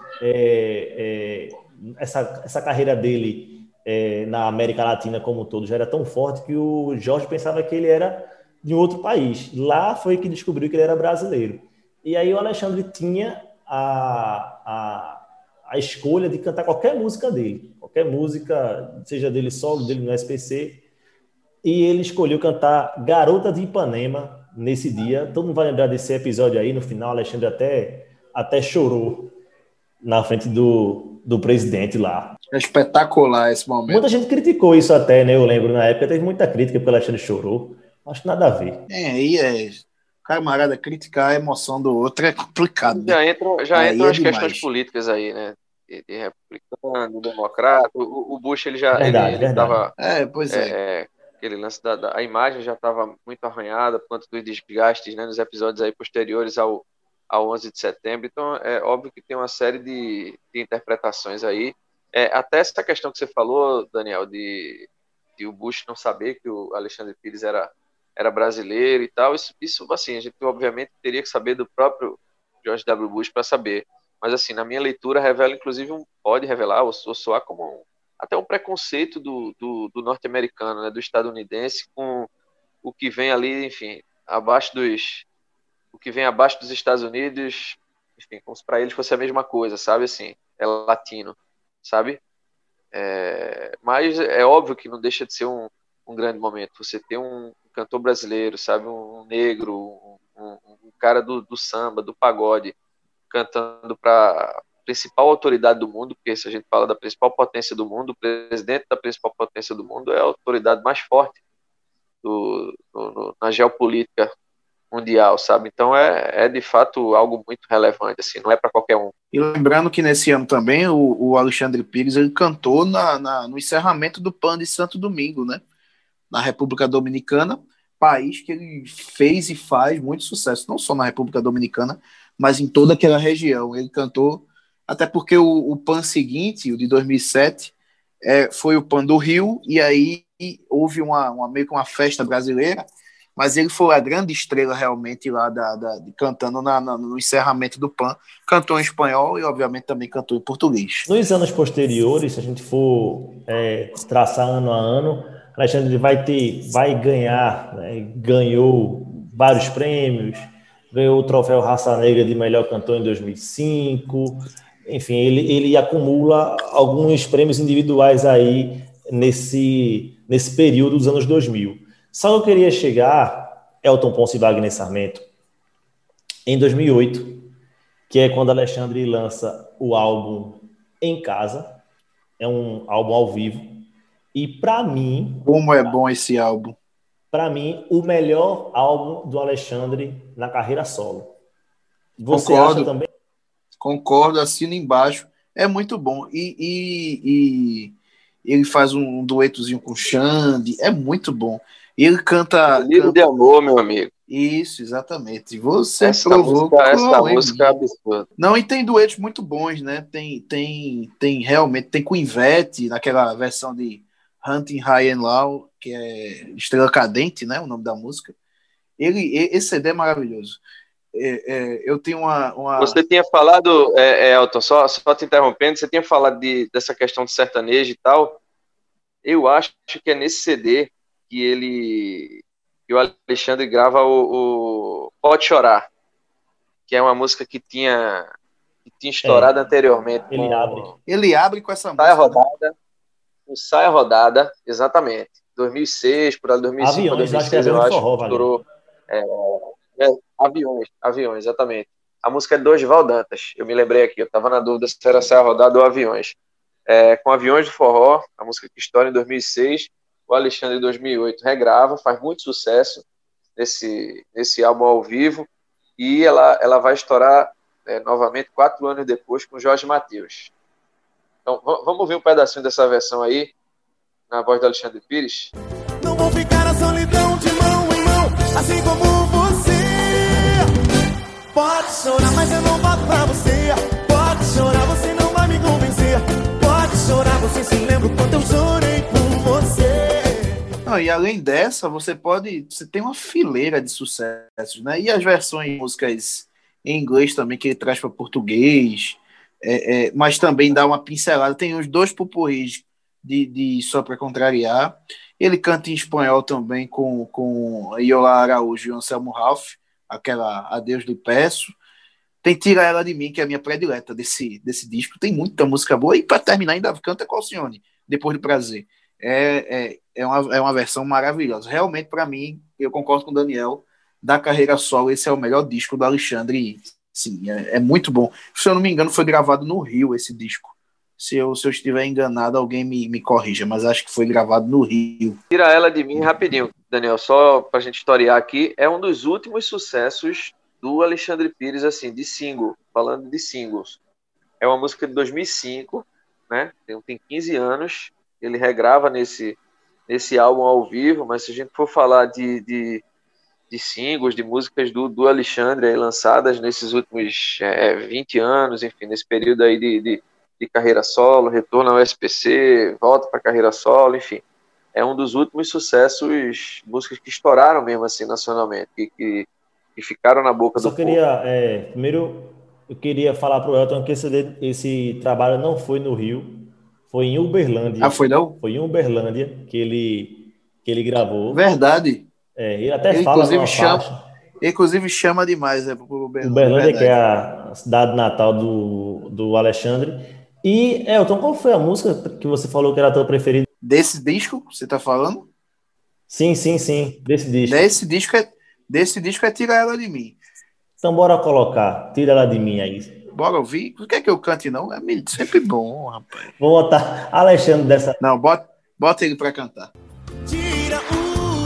essa carreira dele na América Latina como um todo, já era tão forte que o Jorge pensava que ele era de um outro país. Lá foi que descobriu que ele era brasileiro. E aí o Alexandre tinha a escolha de cantar qualquer música dele, qualquer música, seja dele solo, dele no SPC, e ele escolheu cantar Garota de Ipanema nesse dia. Todo mundo vai lembrar desse episódio aí. No final, Alexandre até chorou na frente do presidente lá. É espetacular esse momento. Muita gente criticou isso até, né? Eu lembro, na época teve muita crítica porque o Alexandre chorou. Acho que nada a ver. Camarada, criticar a emoção do outro é complicado. Já entram as questões políticas aí, né? De republicano, democrata. O Bush, ele já estava... Pois é. Aquele lance a imagem já estava muito arranhada por conta dos desgastes, né, nos episódios aí posteriores ao 11 de setembro. Então, é óbvio que tem uma série de interpretações aí. Até essa questão que você falou, Daniel, de o Bush não saber que o Alexandre Pires era brasileiro e tal, isso assim, a gente obviamente teria que saber do próprio George W. Bush para saber. Mas, assim, na minha leitura, revela, inclusive, pode revelar ou soar como até um preconceito do norte-americano, né, do estadunidense, com o que vem ali, enfim, o que vem abaixo dos Estados Unidos, enfim, como se para eles fosse a mesma coisa, sabe, assim, é latino, sabe? Mas é óbvio que não deixa de ser um grande momento, você ter um cantor brasileiro, sabe, um negro, um cara do samba, do pagode, cantando para principal autoridade do mundo, porque se a gente fala da principal potência do mundo, o presidente da principal potência do mundo é a autoridade mais forte na geopolítica mundial, sabe? Então é de fato algo muito relevante, assim, não é para qualquer um. E lembrando que nesse ano também o Alexandre Pires ele cantou no encerramento do PAN de Santo Domingo, né? Na República Dominicana, país que ele fez e faz muito sucesso, não só na República Dominicana, mas em toda aquela região. Ele cantou, até porque o PAN seguinte, o de 2007, foi o PAN do Rio, e aí houve meio que uma festa brasileira, mas ele foi a grande estrela realmente lá cantando no encerramento do PAN. Cantou em espanhol e, obviamente, também cantou em português. Nos anos posteriores, se a gente for traçar ano a ano, Alexandre vai ganhar, né? Ganhou vários prêmios, ganhou o troféu Raça Negra de melhor cantor em 2005. Enfim, ele acumula alguns prêmios individuais aí nesse período dos anos 2000. Só eu queria chegar, Elton Ponce e Wagner Sarmento, em 2008, que é quando Alexandre lança o álbum Em Casa. É um álbum ao vivo. E para mim... Como é bom esse álbum. Para mim, o melhor álbum do Alexandre na carreira solo. Você acha também? Concordo, assino embaixo. É muito bom. E ele faz um duetozinho com o Xande. É muito bom. E ele canta... Livro de amor, meu amigo. Isso, exatamente. Você essa música é absurda. Não, e tem duetos muito bons, né? Tem realmente, tem com Ivete, naquela versão de Hunting High and Low, que é Estrela Cadente, né? O nome da música. Esse CD é maravilhoso. Eu tenho uma... Você tinha falado, Elton, só te interrompendo, você tinha falado dessa questão de sertanejo e tal. Eu acho que é nesse CD que o Alexandre grava o Pode Chorar, que é uma música que tinha estourado anteriormente. Ele abre com essa Saia música. Rodada. O Saia Rodada, exatamente. 2006, por aí 2005, Aviões, 2006, eu eu acho acho, forró, estourou. Aviões, exatamente. A música é do Dorival Dantas. Eu me lembrei aqui, eu estava na dúvida se era Saia Rodada ou Aviões. Com Aviões do Forró, a música que estoura em 2006, o Alexandre em 2008 regrava, faz muito sucesso nesse álbum ao vivo, e ela vai estourar novamente 4 anos depois com Jorge Mateus. Então vamos ver um pedacinho dessa versão aí, na voz do Alexandre Pires. Não vou ficar na solidão de mão em mão, assim como você. Pode chorar, mas eu não volto pra você. Pode chorar, você não vai me convencer. Pode chorar, você se lembra o quanto eu chorei por você. Não, e além dessa, você tem uma fileira de sucessos, né? E as versões de músicas em inglês também, que ele traz para português, mas também dá uma pincelada. Tem os 2 pupurris de Só Pra Contrariar. Ele canta em espanhol também com Iola Araújo e Anselmo Ralph, aquela Adeus Lhe Peço. Tem Tira Ela de Mim, que é a minha predileta desse disco. Tem muita música boa. E para terminar, ainda canta com Alcione, Depois do Prazer. É uma versão maravilhosa. Realmente, para mim, eu concordo com o Daniel, da carreira solo, esse é o melhor disco do Alexandre. Sim, é muito bom. Se eu não me engano, foi gravado no Rio esse disco. Se eu estiver enganado, alguém me corrija, mas acho que foi gravado no Rio. Tira Ela de Mim, rapidinho, Daniel, só pra gente historiar aqui, é um dos últimos sucessos do Alexandre Pires, assim, de single, falando de singles. É uma música de 2005, né? Tem 15 anos, ele regrava nesse álbum ao vivo, mas se a gente for falar de singles, de músicas do Alexandre aí, lançadas nesses últimos 20 anos, enfim, nesse período aí de carreira solo, retorno ao SPC, volta para carreira solo, enfim. É um dos últimos sucessos, músicas que estouraram mesmo assim nacionalmente, que ficaram na boca do povo. Primeiro, eu queria falar pro Elton que esse trabalho não foi no Rio, foi em Uberlândia. Ah, foi não? Foi em Uberlândia que ele gravou. Verdade. Ele até fala numa faixa. Inclusive chama demais, pro Uberlândia, que é a cidade natal do Alexandre. E, Elton, qual foi a música que você falou que era a tua preferida? Desse disco, você tá falando? Sim, desse disco. Desse disco é Tira Ela de Mim. Então bora colocar Tira Ela de Mim aí. Bora ouvir? Não quer que eu cante, não? É sempre bom, rapaz. Vou botar Alexandre dessa... Não, bota ele pra cantar. Tira o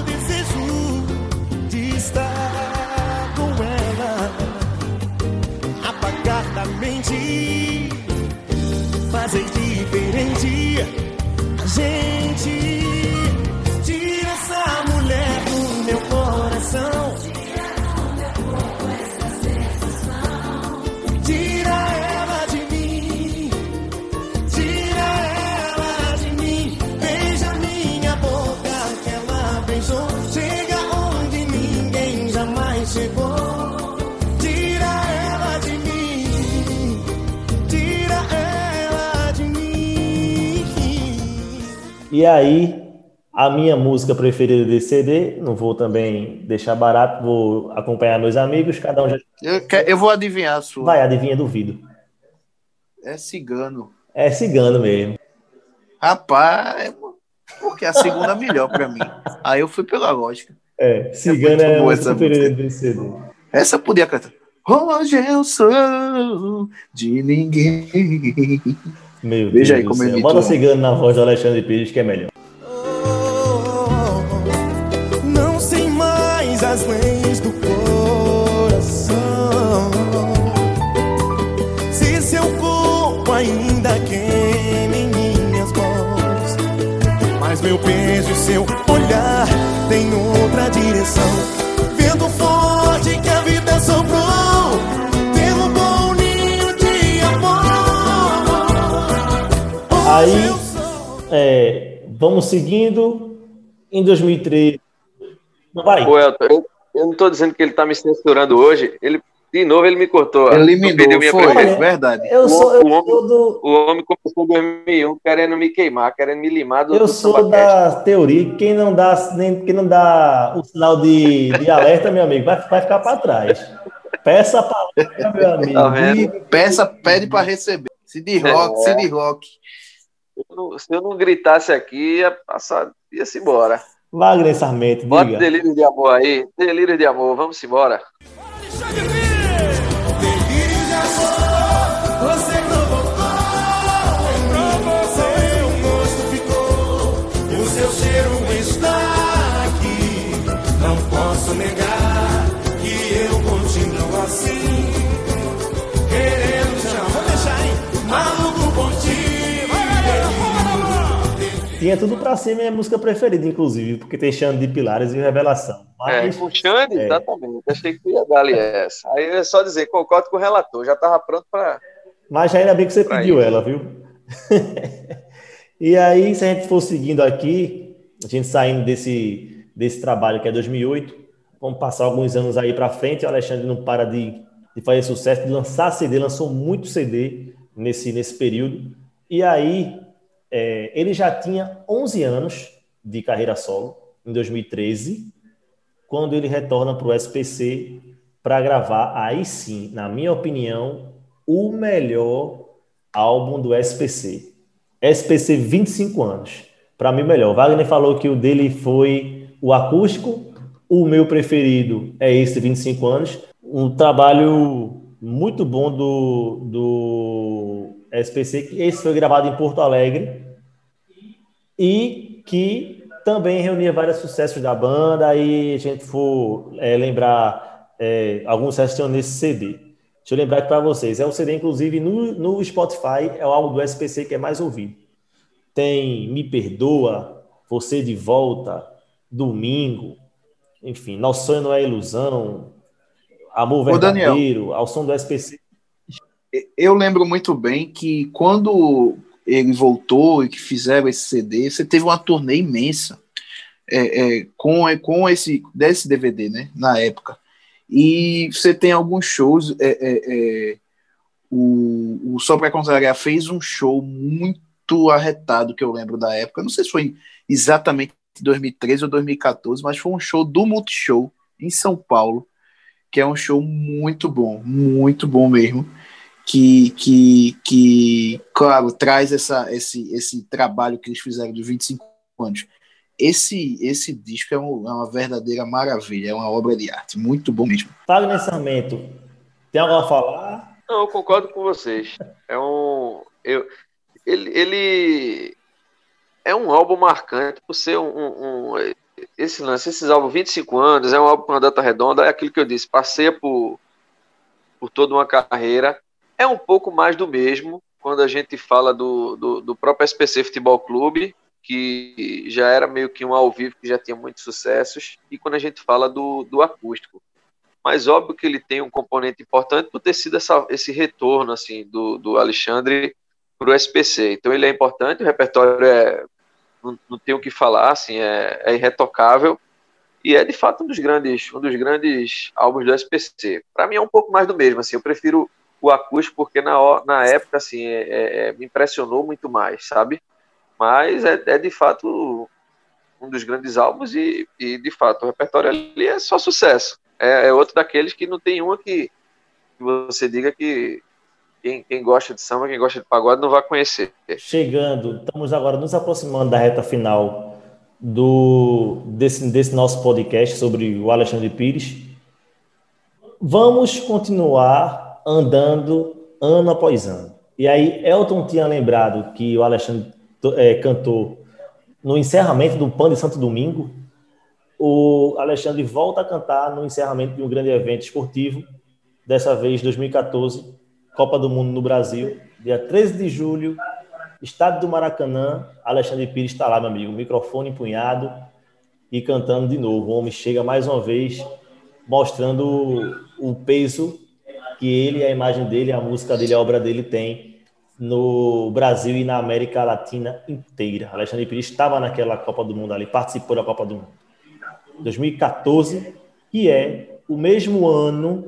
desejo de estar com ela, apagar da mente, fazer diferente a gente. Tira essa mulher do meu coração, tira ela de mim, tira ela de mim. Beija minha boca que ela beijou, chega onde ninguém jamais chegou. Tira ela de mim, tira ela de mim. E aí, a minha música preferida desse CD, não vou também deixar barato, vou acompanhar meus amigos, cada um já... Eu vou adivinhar a sua. Vai, adivinha, duvido. É Cigano. É Cigano mesmo. Rapaz, porque a segunda é melhor pra mim. Aí eu fui pela lógica. Cigano é a música preferida desse CD. Essa eu podia cantar. Hoje eu sou de ninguém. Meu Veja Deus aí do como céu. eu me Bota tomo. Cigano na voz do Alexandre Pires, que é melhor. Não sei mais as leis do coração, se seu corpo ainda queima em minhas mãos, mas meu beijo e seu olhar tem outra direção. Vento forte que a vida sobrou, derrubou um ninho de amor. Aí, vamos seguindo. Em 2013... Não vai? Ô, Elton, eu não estou dizendo que ele está me censurando hoje. Ele De novo ele me cortou. Eliminou, foi, Olha, verdade. O homem começou em 2001 querendo me queimar, querendo me limar do Eu sou da teoria que quem não dá o sinal de alerta, meu amigo, vai ficar para trás. Peça a palavra, meu amigo. Tá vendo? Pede para receber. Se de rock. Se eu não gritasse aqui, ia-se embora. Wagner Sarmento, Bota diga. delírio de amor aí. Delírio de amor, vamos embora. Delírio de amor, você provocou. Em você o gosto ficou. O seu cheiro está aqui. Não posso negar que eu continuo assim. Querendo te amar. Vou deixar, hein? Maluco por ti. Tinha tudo pra ser minha música preferida, inclusive, porque tem Xande de Pilares e Revelação. Mas, Com o Xande, exatamente. Achei que ia dar ali essa. Aí é só dizer, concordo com o relator. Já estava pronto para. mas ainda bem que você Pra pediu isso. ela, viu? E aí, se a gente for seguindo aqui, a gente saindo desse trabalho que é 2008, vamos passar alguns anos aí pra frente. O Alexandre não para de fazer sucesso, de lançar CD, lançou muito CD nesse período. E aí, ele já tinha 11 anos de carreira solo, em 2013, quando ele retorna para o SPC para gravar, aí sim, na minha opinião, o melhor álbum do SPC. SPC 25 anos. Para mim, o melhor. Wagner falou que o dele foi o acústico, o meu preferido é esse 25 anos. Um trabalho muito bom do SPC, que esse foi gravado em Porto Alegre, e que também reunia vários sucessos da banda. Aí a gente for lembrar alguns sucessos que estão nesse CD. Deixa eu lembrar aqui para vocês, é um CD, inclusive, no Spotify, é o álbum do SPC que é mais ouvido. Tem Me Perdoa, Você de Volta, Domingo, enfim, Nosso Sonho Não É Ilusão, Amor Verdadeiro, ao som do SPC. Eu lembro muito bem que quando ele voltou e que fizeram esse CD, você teve uma turnê imensa com desse DVD, né, na época. E você tem alguns shows. O Só Pra Contrariar fez um show muito arretado, que eu lembro da época. Não sei se foi exatamente 2013 ou 2014, mas foi um show do Multishow em São Paulo, que é um show muito bom mesmo. Que claro, traz esse trabalho que eles fizeram de 25 anos. Esse disco é uma verdadeira maravilha, é uma obra de arte, muito bom mesmo. Wagner Sarmento, tem algo a falar? Não, eu concordo com vocês. Ele é um álbum marcante por ser esses álbuns 25 anos, é um álbum com uma data redonda, é aquilo que eu disse, passeia por toda uma carreira. É um pouco mais do mesmo quando a gente fala do próprio SPC Futebol Clube, que já era meio que um ao vivo, que já tinha muitos sucessos, e quando a gente fala do acústico. Mas óbvio que ele tem um componente importante por ter sido esse retorno assim, do Alexandre para o SPC. Então ele é importante, o repertório não tem o que falar, assim, é irretocável, e é de fato um dos grandes álbuns do SPC. Para mim é um pouco mais do mesmo, assim, eu prefiro o acústico porque na época assim, me impressionou muito mais, sabe? Mas é de fato um dos grandes álbuns e de fato o repertório ali é só sucesso. É outro daqueles que não tem uma que você diga que quem gosta de samba, quem gosta de pagode não vai conhecer. Estamos agora nos aproximando da reta final desse nosso podcast sobre o Alexandre Pires. Vamos continuar andando ano após ano. E aí, Elton tinha lembrado que o Alexandre cantou no encerramento do Pan de Santo Domingo. O Alexandre volta a cantar no encerramento de um grande evento esportivo, dessa vez 2014, Copa do Mundo no Brasil, dia 13 de julho, estádio do Maracanã. Alexandre Pires está lá, meu amigo, microfone empunhado e cantando de novo. O homem chega mais uma vez mostrando o peso que ele, a imagem dele, a música dele, a obra dele tem no Brasil e na América Latina inteira. Alexandre Pires estava naquela Copa do Mundo ali, participou da Copa do Mundo 2014, que é o mesmo ano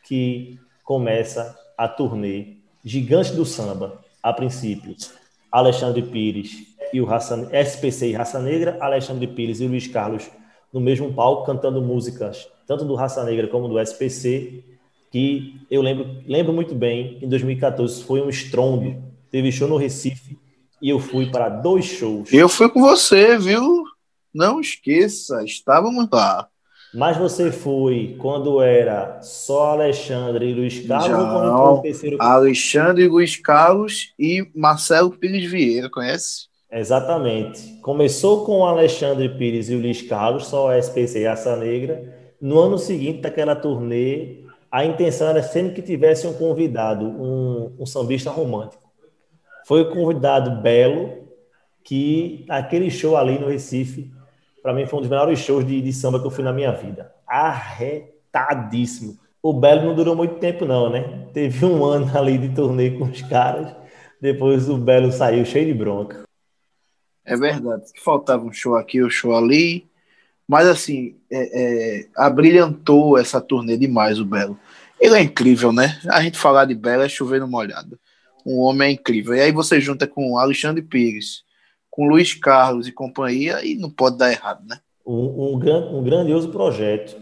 que começa a turnê Gigante do Samba, a princípio, Alexandre Pires e o SPC e Raça Negra, Alexandre Pires e Luiz Carlos no mesmo palco, cantando músicas tanto do Raça Negra como do SPC, que eu lembro muito bem, em 2014 foi um estrondo, teve show no Recife e eu fui para 2 shows. Eu fui com você, viu? Não esqueça, estávamos lá. Mas você foi quando era só Alexandre e Luiz Carlos Já, ou quando entrou o terceiro? Alexandre Luiz Carlos e Marcelo Pires Vieira, conhece? Exatamente. Começou com o Alexandre Pires e o Luiz Carlos, só a SPC e Raça Negra. No ano seguinte, daquela turnê, a intenção era sempre que tivesse um convidado, um sambista romântico. Foi o convidado Belo, que aquele show ali no Recife, para mim foi um dos melhores shows de samba que eu fui na minha vida. Arretadíssimo. O Belo não durou muito tempo não, né? Teve um ano ali de turnê com os caras, depois o Belo saiu cheio de bronca. É verdade, faltava um show aqui, um show ali, mas assim, abrilhantou essa turnê demais o Belo. Ele é incrível, né? A gente falar de Belo é chover no molhado. Um homem é incrível. E aí você junta com Alexandre Pires, com Luiz Carlos e companhia, e não pode dar errado, né? Um grandioso projeto,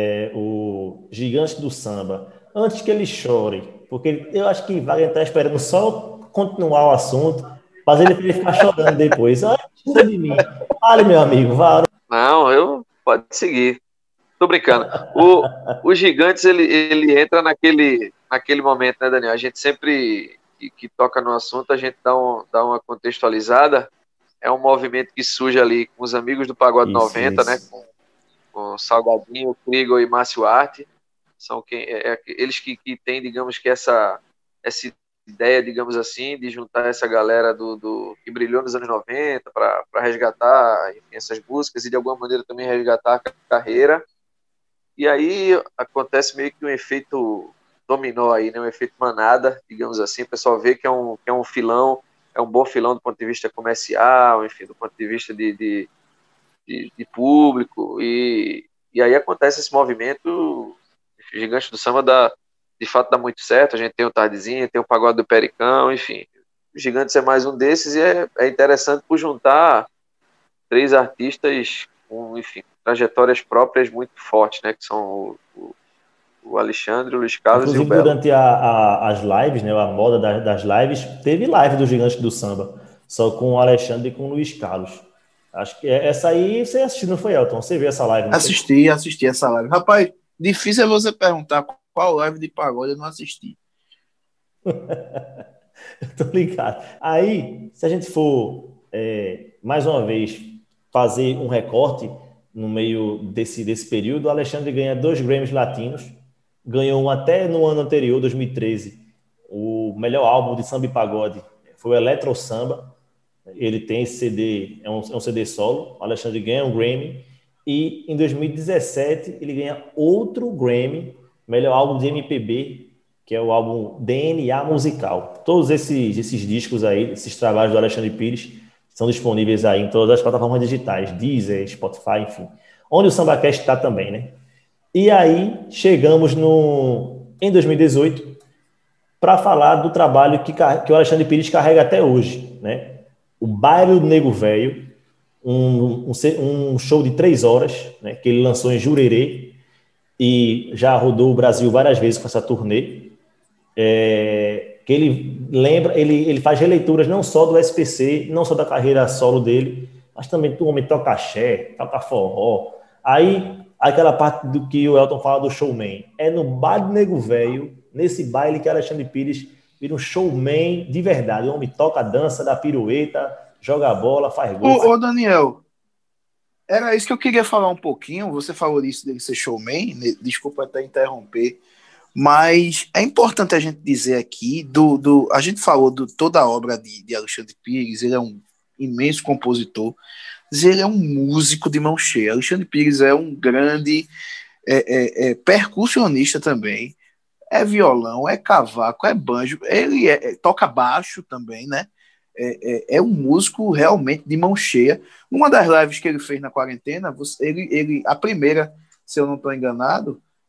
o Gigante do Samba. Antes que ele chore, porque eu acho que Wagner está esperando só continuar o assunto, mas ele vai ficar chorando depois. Tira de mim. Fale, meu amigo, vá. Não, pode seguir. Tô brincando. O Gigantes, ele entra naquele momento, né, Daniel? A gente sempre que toca no assunto, a gente dá uma contextualizada. É um movimento que surge ali com os amigos do Pagode 90, né? Com Salgadinho, Krigor e Márcio Arte. São eles que têm, digamos que essa ideia, digamos assim, de juntar essa galera do que brilhou nos anos 90 para resgatar, enfim, essas músicas e de alguma maneira também resgatar a carreira. E aí acontece meio que um efeito dominó aí, né? Um efeito manada, digamos assim. O pessoal vê que é um filão, é um bom filão do ponto de vista comercial, enfim, do ponto de vista de público. E aí acontece esse movimento. O Gigante do Samba de fato dá muito certo. A gente tem o Tardezinha, tem o Pagode do Pericão, enfim. O Gigantes é mais um desses e é interessante por juntar 3 artistas com, enfim, trajetórias próprias muito fortes, né? Que são o Alexandre, o Luiz Carlos inclusive, e o Belo. durante as lives, né, a moda das lives, teve live do Gigante do Samba, só com o Alexandre e com o Luiz Carlos. Acho que essa aí você assistiu, não foi, Elton? Você viu essa live? Assisti essa live. Rapaz, difícil é você perguntar qual live de pagode eu não assisti. Eu tô ligado. Aí, se a gente for, mais uma vez, fazer um recorte no meio desse período, o Alexandre ganha 2 Grammys latinos, ganhou um até no ano anterior, 2013, o melhor álbum de samba e pagode foi o Eletro Samba. Ele tem esse CD, é um CD solo. O Alexandre ganha um Grammy e em 2017 ele ganha outro Grammy, melhor álbum de MPB, que é o álbum DNA Musical. Todos esses discos aí, esses trabalhos do Alexandre Pires são disponíveis aí em todas as plataformas digitais, Deezer, Spotify, enfim. Onde o SambaCast está também, né? E aí chegamos em 2018 para falar do trabalho que o Alexandre Pires carrega até hoje, né? O Baile do Nego Velho, um show de 3 horas, né, que ele lançou em Jurerê e já rodou o Brasil várias vezes com essa turnê, que ele faz releituras não só do SPC, não só da carreira solo dele, mas também do homem toca axé, toca forró. Aí, aquela parte do que o Elton fala do showman, é no Baile do Nego Velho, nesse baile que Alexandre Pires vira um showman de verdade. O homem toca, dança, dá pirueta, joga bola, faz gol. Ô, Daniel, era isso que eu queria falar um pouquinho. Você falou isso dele ser showman, desculpa até interromper, mas é importante a gente dizer aqui, a gente falou de toda a obra de Alexandre Pires, ele é um imenso compositor, mas ele é um músico de mão cheia. Alexandre Pires é um grande percussionista também, é violão, é cavaco, é banjo, ele toca baixo também, né? É um músico realmente de mão cheia. Numa das lives que ele fez na quarentena, a primeira, se eu não estou enganado,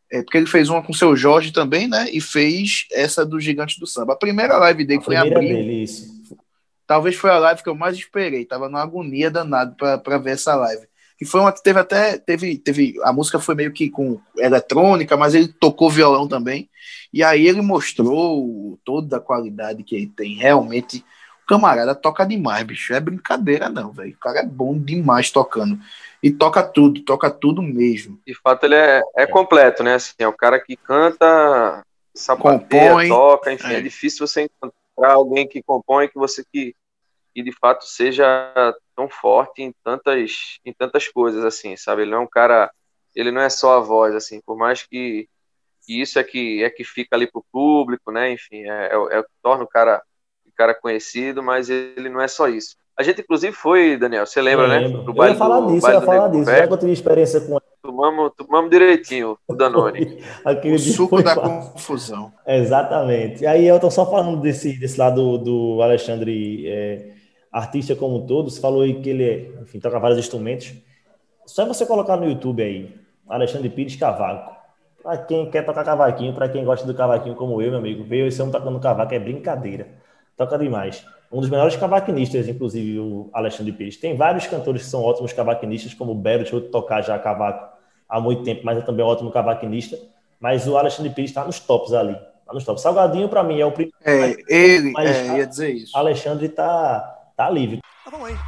porque ele fez uma com o Seu Jorge também, né? E fez essa do Gigante do Samba. A primeira live dele foi em abril. Dele, isso. Talvez foi a live que eu mais esperei. Tava numa agonia danada para ver essa live. E foi uma que teve a música foi meio que com eletrônica, mas ele tocou violão também. E aí ele mostrou toda a qualidade que ele tem. Realmente, o camarada toca demais, bicho. É brincadeira não, velho. O cara é bom demais tocando. E toca tudo mesmo. De fato, ele é completo, né? Assim, é o cara que canta, sapateia, compõe, toca, enfim. É difícil você encontrar alguém que compõe que de fato seja tão forte em tantas coisas, assim, sabe? Ele não é um cara, ele não é só a voz, assim, por mais que isso é que fica ali pro público, né? Enfim, é o que torna o cara conhecido, mas ele não é só isso. A gente, inclusive, foi, Daniel, você lembra, né? Eu ia falar disso, já que eu tive experiência com ele. Tomamos direitinho o Danone. O suco da confusão. Exatamente. E aí, Elton, só falando desse lado do Alexandre, artista como um todo, você falou aí que ele, enfim, toca vários instrumentos. Só você colocar no YouTube aí, Alexandre Pires Cavaco. Para quem quer tocar cavaquinho, para quem gosta do cavaquinho como eu, meu amigo, veio esse homem tocando cavaco, é brincadeira. Toca demais. Um dos melhores cavaquinistas, inclusive, o Alexandre Pires. Tem vários cantores que são ótimos cavaquinistas, como o Bero, eu tocar já cavaco há muito tempo, mas é também um ótimo cavaquinista. Mas o Alexandre Pires está nos tops ali. Tá nos tops. Salgadinho, para mim, é o primeiro. Ia dizer isso. Alexandre tá livre. Vamos aí.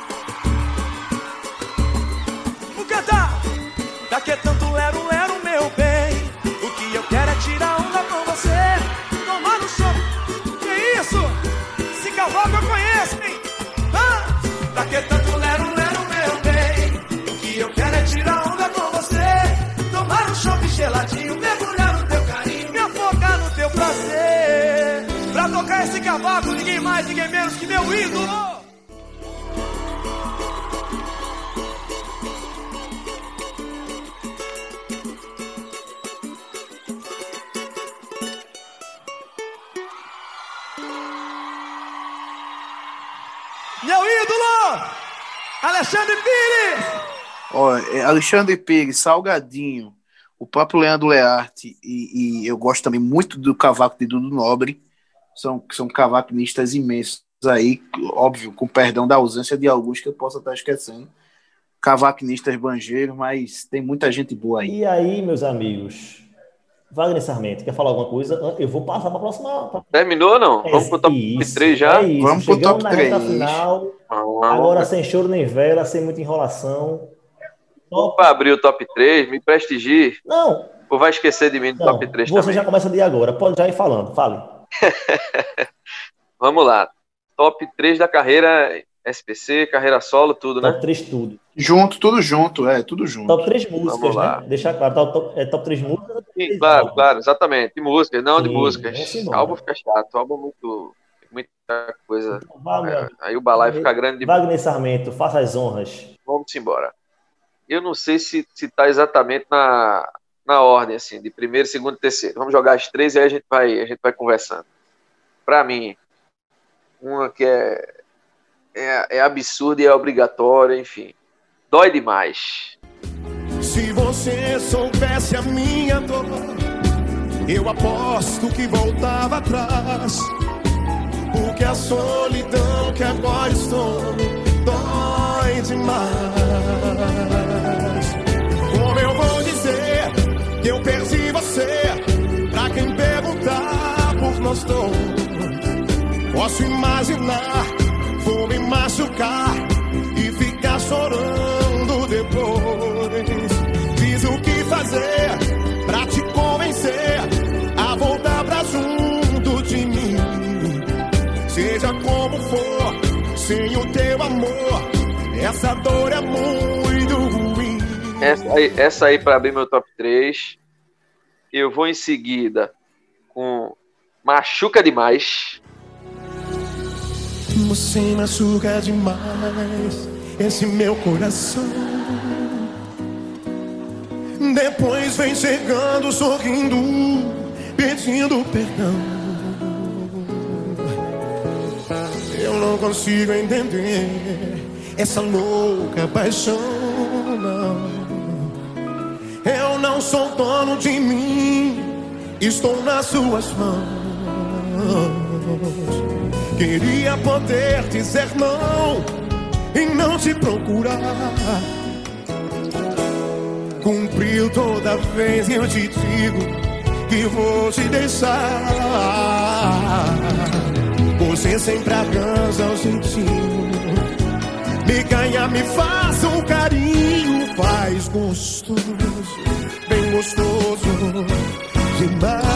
Vou cantar. Daqui é tanto lero, meu bem. O que eu quero é tirar onda com você. Tomar no show. Que isso? Esse cavalo eu conheço, hein? Daqui é tanto lero, meu bem. O que eu quero é tirar onda com você. Tomar um chopp geladinho, mergulhar no teu carinho, me afogar no teu prazer. Pra tocar esse cavaco, ninguém mais, ninguém menos que meu ídolo. Meu ídolo, Alexandre Pires. Alexandre Pires, Salgadinho, o próprio Leandro Learte e eu gosto também muito do cavaco de Dudu Nobre. São cavaquinistas imensos aí, óbvio, com perdão da ausência de alguns que eu possa estar esquecendo. Cavaquinistas banjeiros, mas tem muita gente boa aí. E aí, meus amigos, Wagner Sarmento, quer falar alguma coisa? Eu vou passar para a próxima. Terminou ou não? Vamos pro top 3 já? Vamos pro top 3. Reta final, agora sem choro nem vela, sem muita enrolação. Vamos para abrir o top 3, me prestigie. Não. Ou vai esquecer de mim no top 3 você também? Você já começa de agora, pode já ir falando, fale. Vamos lá. Top 3 da carreira SPC, carreira solo, tudo, né? Top 3 tudo. Tudo junto. Top 3 músicas, vamos lá. Né? Deixar claro, top 3 músicas. Sim, claro, exatamente. De músicas, não de músicas. Álbum fica chato, álbum muita coisa. Então, aí o balaio fica grande demais. Wagner Sarmento, faça as honras. Vamos embora. Eu não sei se tá exatamente na ordem, assim, de primeiro, segundo e terceiro. Vamos jogar as 3 e aí a gente vai conversando. Para mim, uma que é absurda e é obrigatória, enfim. Dói demais. Se você soubesse a minha dor, eu aposto que voltava atrás. Porque a solidão que agora estou dói demais. Como eu vou dizer que eu perdi você? Pra quem perguntar por nós dois, posso imaginar, vou me machucar e ficar chorando depois. Diz o que fazer pra te convencer a voltar pra junto de mim. Seja como for, sem o teu amor, essa dor é muito ruim. Essa aí para abrir meu top 3. Eu vou em seguida com Machuca Demais. Você machuca demais esse meu coração. Depois vem chegando, sorrindo, pedindo perdão. Eu não consigo entender essa louca paixão, não. Eu não não sou dono de mim, estou nas suas mãos. Queria poder dizer não e não te procurar. Cumprir toda vez que eu te digo que vou te deixar. Você sempre arranja um jeitinho, me ganha, me faz um carinho, faz gostoso, bem gostoso demais.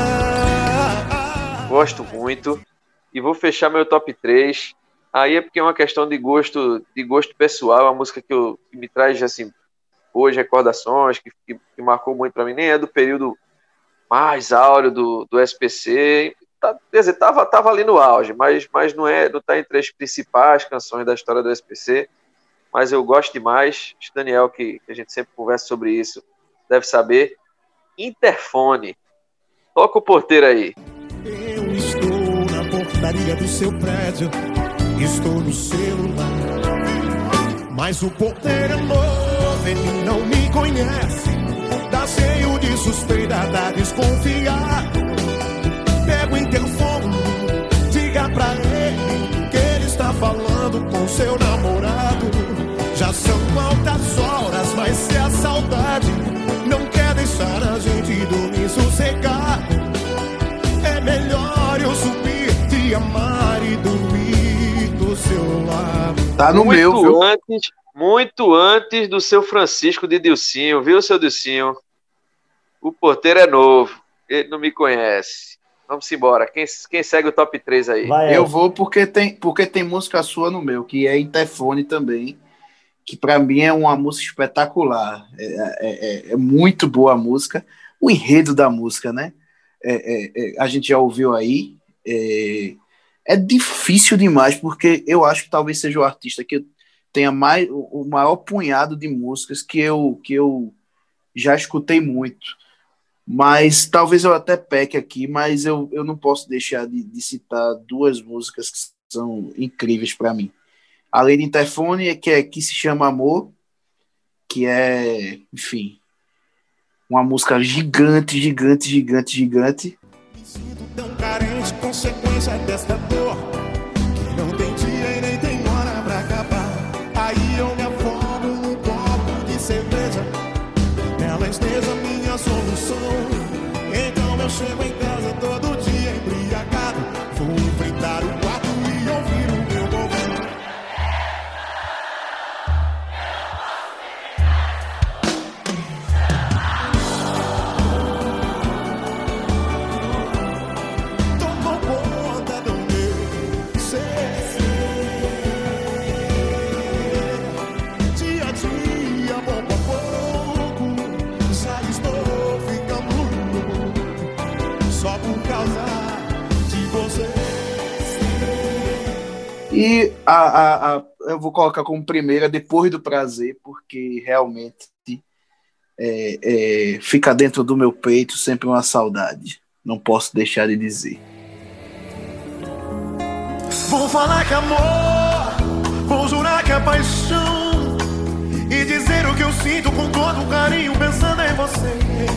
Gosto muito. E vou fechar meu top 3. Aí é porque é uma questão de gosto pessoal. A música que me traz assim, boas recordações, que marcou muito para mim. Nem é do período mais áureo do SPC. Quer dizer, tava ali no auge, mas não tá entre as principais canções da história do SPC. Mas eu gosto demais. O Daniel, que a gente sempre conversa sobre isso, deve saber. Interfone. Toca o porteiro aí. Eu estou na portaria do seu prédio, estou no celular, mas o porteiro é novo, ele não me conhece, tá cheio de suspeita, tá desconfiar. Pega o interfone, diga pra ele que ele está falando com seu namorado. Já são altas horas, mas se a saudade não quer deixar a gente dormir sossegado, é melhor eu subir, te amar e dormir do seu lado. Tá no meu, viu? Muito antes do seu Francisco de Dilcinho, viu, seu Dilcinho? O porteiro é novo, ele não me conhece. Vamos embora. Quem segue o top 3 aí? Eu vou porque tem música sua no meu, que é Interfone também, que pra mim é uma música espetacular. É muito boa a música. O enredo da música, né? A gente já ouviu aí. É difícil demais, porque eu acho que talvez seja o artista que tenha o maior punhado de músicas que eu já escutei muito. Mas talvez eu até peque aqui, mas eu não posso deixar de citar duas músicas que são incríveis para mim. Além de Interfone, que é Que Se Chama Amor, que é, enfim, uma música gigante. Me sinto tão carente, consequência desta dor, que não tem dia e nem tem hora pra acabar. Aí eu me afogo num copo de cerveja, ela esteja minha solução. Então eu chego em casa todo dia embriagado, vou enfrentar o quarto e ouvir o meu governo. Tomou conta do meu ser, dia a dia, pouco a pouco, já estou ficando louco, só por causa de você. E eu vou colocar como primeira Depois do Prazer, porque realmente fica dentro do meu peito sempre uma saudade. Não posso deixar de dizer. Vou falar que é amor, vou jurar que é paixão, e dizer o que eu sinto com todo carinho, pensando em você.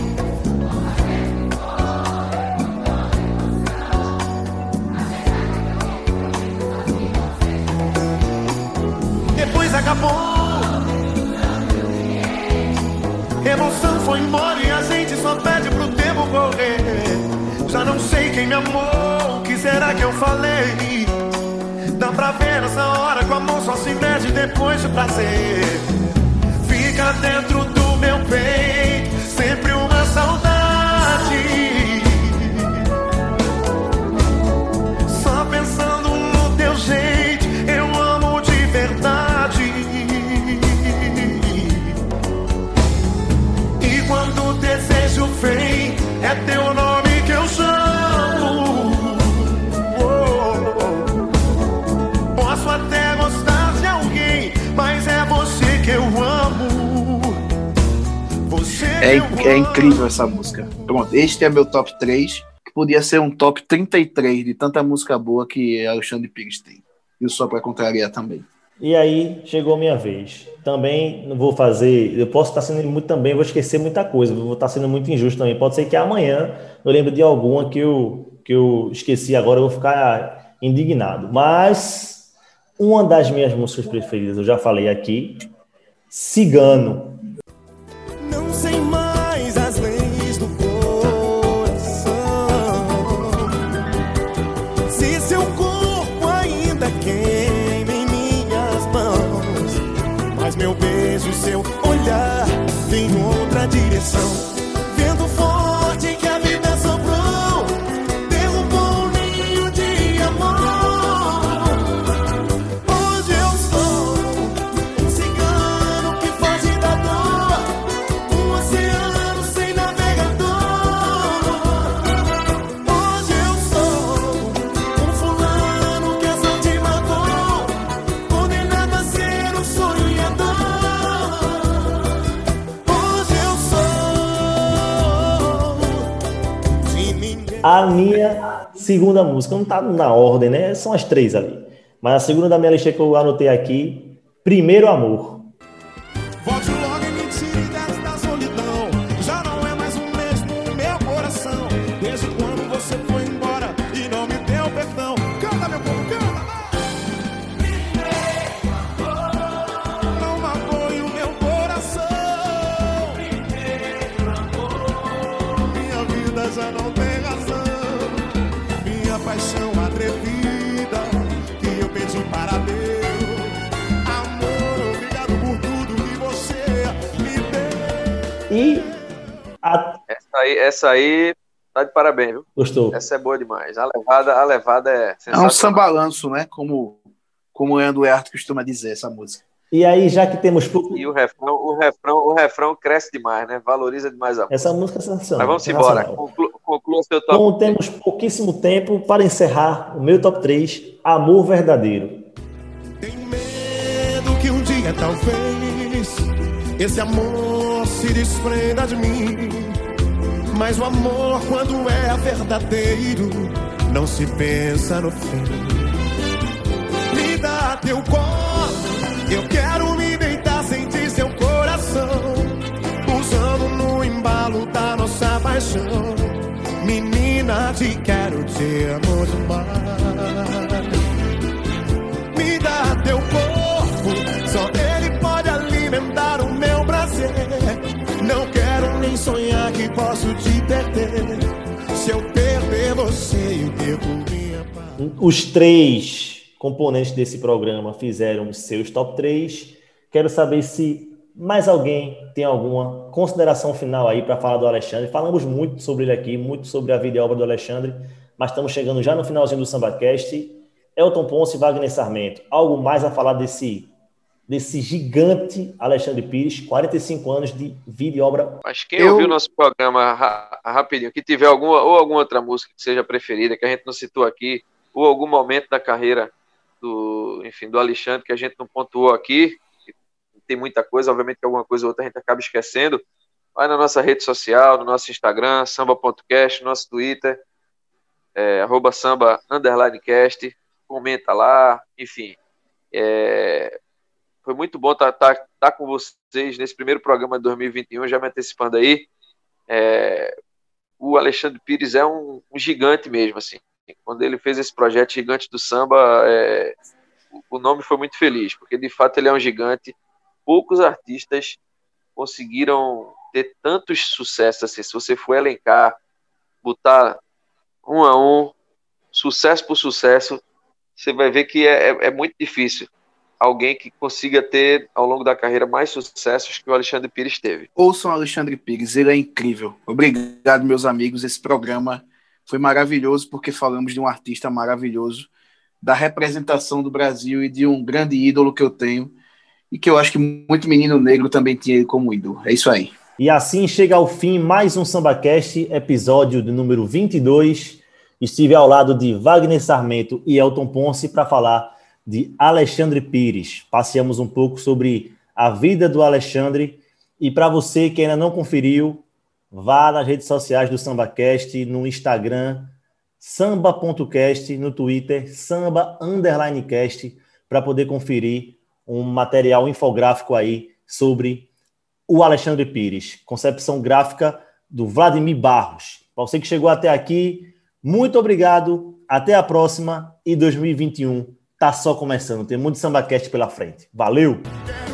Depois acabou, emoção foi embora e a gente só pede pro tempo correr. Já não sei quem me amou, o que será que eu falei? Dá pra ver nessa hora que o amor só se mede depois do prazer. Fica dentro do meu peito sempre uma saudade, só pensando no teu jeito, eu amo de verdade. E quando o desejo vem, é teu nome que eu chamo. Posso até gostar de alguém, mas é você que eu amo. Você É incrível essa música. Pronto, este é meu top 3, que podia ser um top 33 de tanta música boa que Alexandre Pires tem. E o Só Pra Contrariar também. E aí chegou a minha vez. Também não vou fazer, eu posso estar sendo muito também, vou esquecer muita coisa, vou estar sendo muito injusto também. Pode ser que amanhã eu lembre de alguma que eu esqueci agora, eu vou ficar indignado. Mas uma das minhas músicas preferidas, eu já falei aqui, Cigano. Não sei mais as leis do coração. Se seu corpo ainda queima em minhas mãos, mas meu beijo e seu olhar vem em outra direção. Vento forte que a vida soprou, derrubou um ninho de amor. Hoje eu sou um cigano que foge da dor, um oceano sem navegador. Hoje eu sou um fulano que a sorte matou, condenado a ser um sonhador. Hoje eu sou de ninguém. A minha segunda música, não tá na ordem, né? São as três ali. Mas a segunda da minha lista que eu anotei aqui, Primeiro Amor. Volte logo e me tire desta solidão. Já não é mais o mesmo meu coração. Desde quando você foi embora e não me deu perdão. Canta, meu povo, canta! Não magoe o meu coração. Minha vida já não tem razão. Minha paixão atrevida que eu pedi para Deus. Amor, obrigado por tudo que você me deu. E Essa aí tá de parabéns, viu? gostou? Essa é boa demais. A levada é É um sensacional. sambalanço, né? Como o Leandro Herto costuma dizer, essa música. E aí, já que temos pouco. E o refrão cresce demais, né? Valoriza demais a música. Essa música é sensacional. Mas vamos embora. sensacional. Conclua seu top. Como temos pouquíssimo tempo para encerrar o meu top 3, Amor Verdadeiro. Tenho medo que um dia talvez esse amor se desprenda de mim. Mas o amor, quando é verdadeiro, não se pensa no fim. Me dá teu colo, eu quero me deitar, sentir seu coração, usando no embalo da nossa paixão. Menina, te quero, te amo demais. Me dá teu corpo, só ele pode alimentar o meu prazer. Não quero nem sonhar que posso te perder. Se eu perder você, eu perco minha paz. Os três componentes desse programa fizeram os seus top 3. Quero saber se mais alguém tem alguma consideração final aí para falar do Alexandre. Falamos muito sobre ele aqui, muito sobre a vida e a obra do Alexandre, mas estamos chegando já no finalzinho do SambaCast. Elton Ponce e Wagner Sarmento, algo mais a falar desse gigante Alexandre Pires, 45 anos de vida e obra. Mas quem ouviu nosso programa rapidinho, que tiver alguma outra música que seja preferida, que a gente não citou aqui, ou algum momento da carreira do Alexandre que a gente não pontuou aqui, tem muita coisa, obviamente que alguma coisa ou outra a gente acaba esquecendo, vai na nossa rede social, no nosso Instagram, samba.cast, no nosso Twitter, @samba_cast, comenta lá, enfim. Foi muito bom estar com vocês nesse primeiro programa de 2021, já me antecipando aí. O Alexandre Pires é um gigante mesmo, assim. Quando ele fez esse projeto Gigante do Samba, o nome foi muito feliz, porque de fato ele é um gigante. Poucos artistas conseguiram ter tantos sucessos assim. Se você for elencar, botar um a um, sucesso por sucesso, você vai ver que é muito difícil alguém que consiga ter, ao longo da carreira, mais sucessos que o Alexandre Pires teve. Ouçam Alexandre Pires, ele é incrível. Obrigado, meus amigos. Esse programa foi maravilhoso porque falamos de um artista maravilhoso, da representação do Brasil e de um grande ídolo que eu tenho e que eu acho que muito menino negro também tinha ele como ídolo. É isso aí. E assim chega ao fim mais um SambaCast, episódio de número 22. Estive ao lado de Wagner Sarmento e Elton Ponce para falar de Alexandre Pires. Passeamos um pouco sobre a vida do Alexandre. E para você que ainda não conferiu, vá nas redes sociais do SambaCast, no Instagram, samba.cast, no Twitter, samba_cast, para poder conferir um material infográfico aí sobre o Alexandre Pires. Concepção gráfica do Vladimir Barros. Para você que chegou até aqui, muito obrigado. Até a próxima. E 2021 tá só começando. Tem muito SambaCast pela frente. Valeu!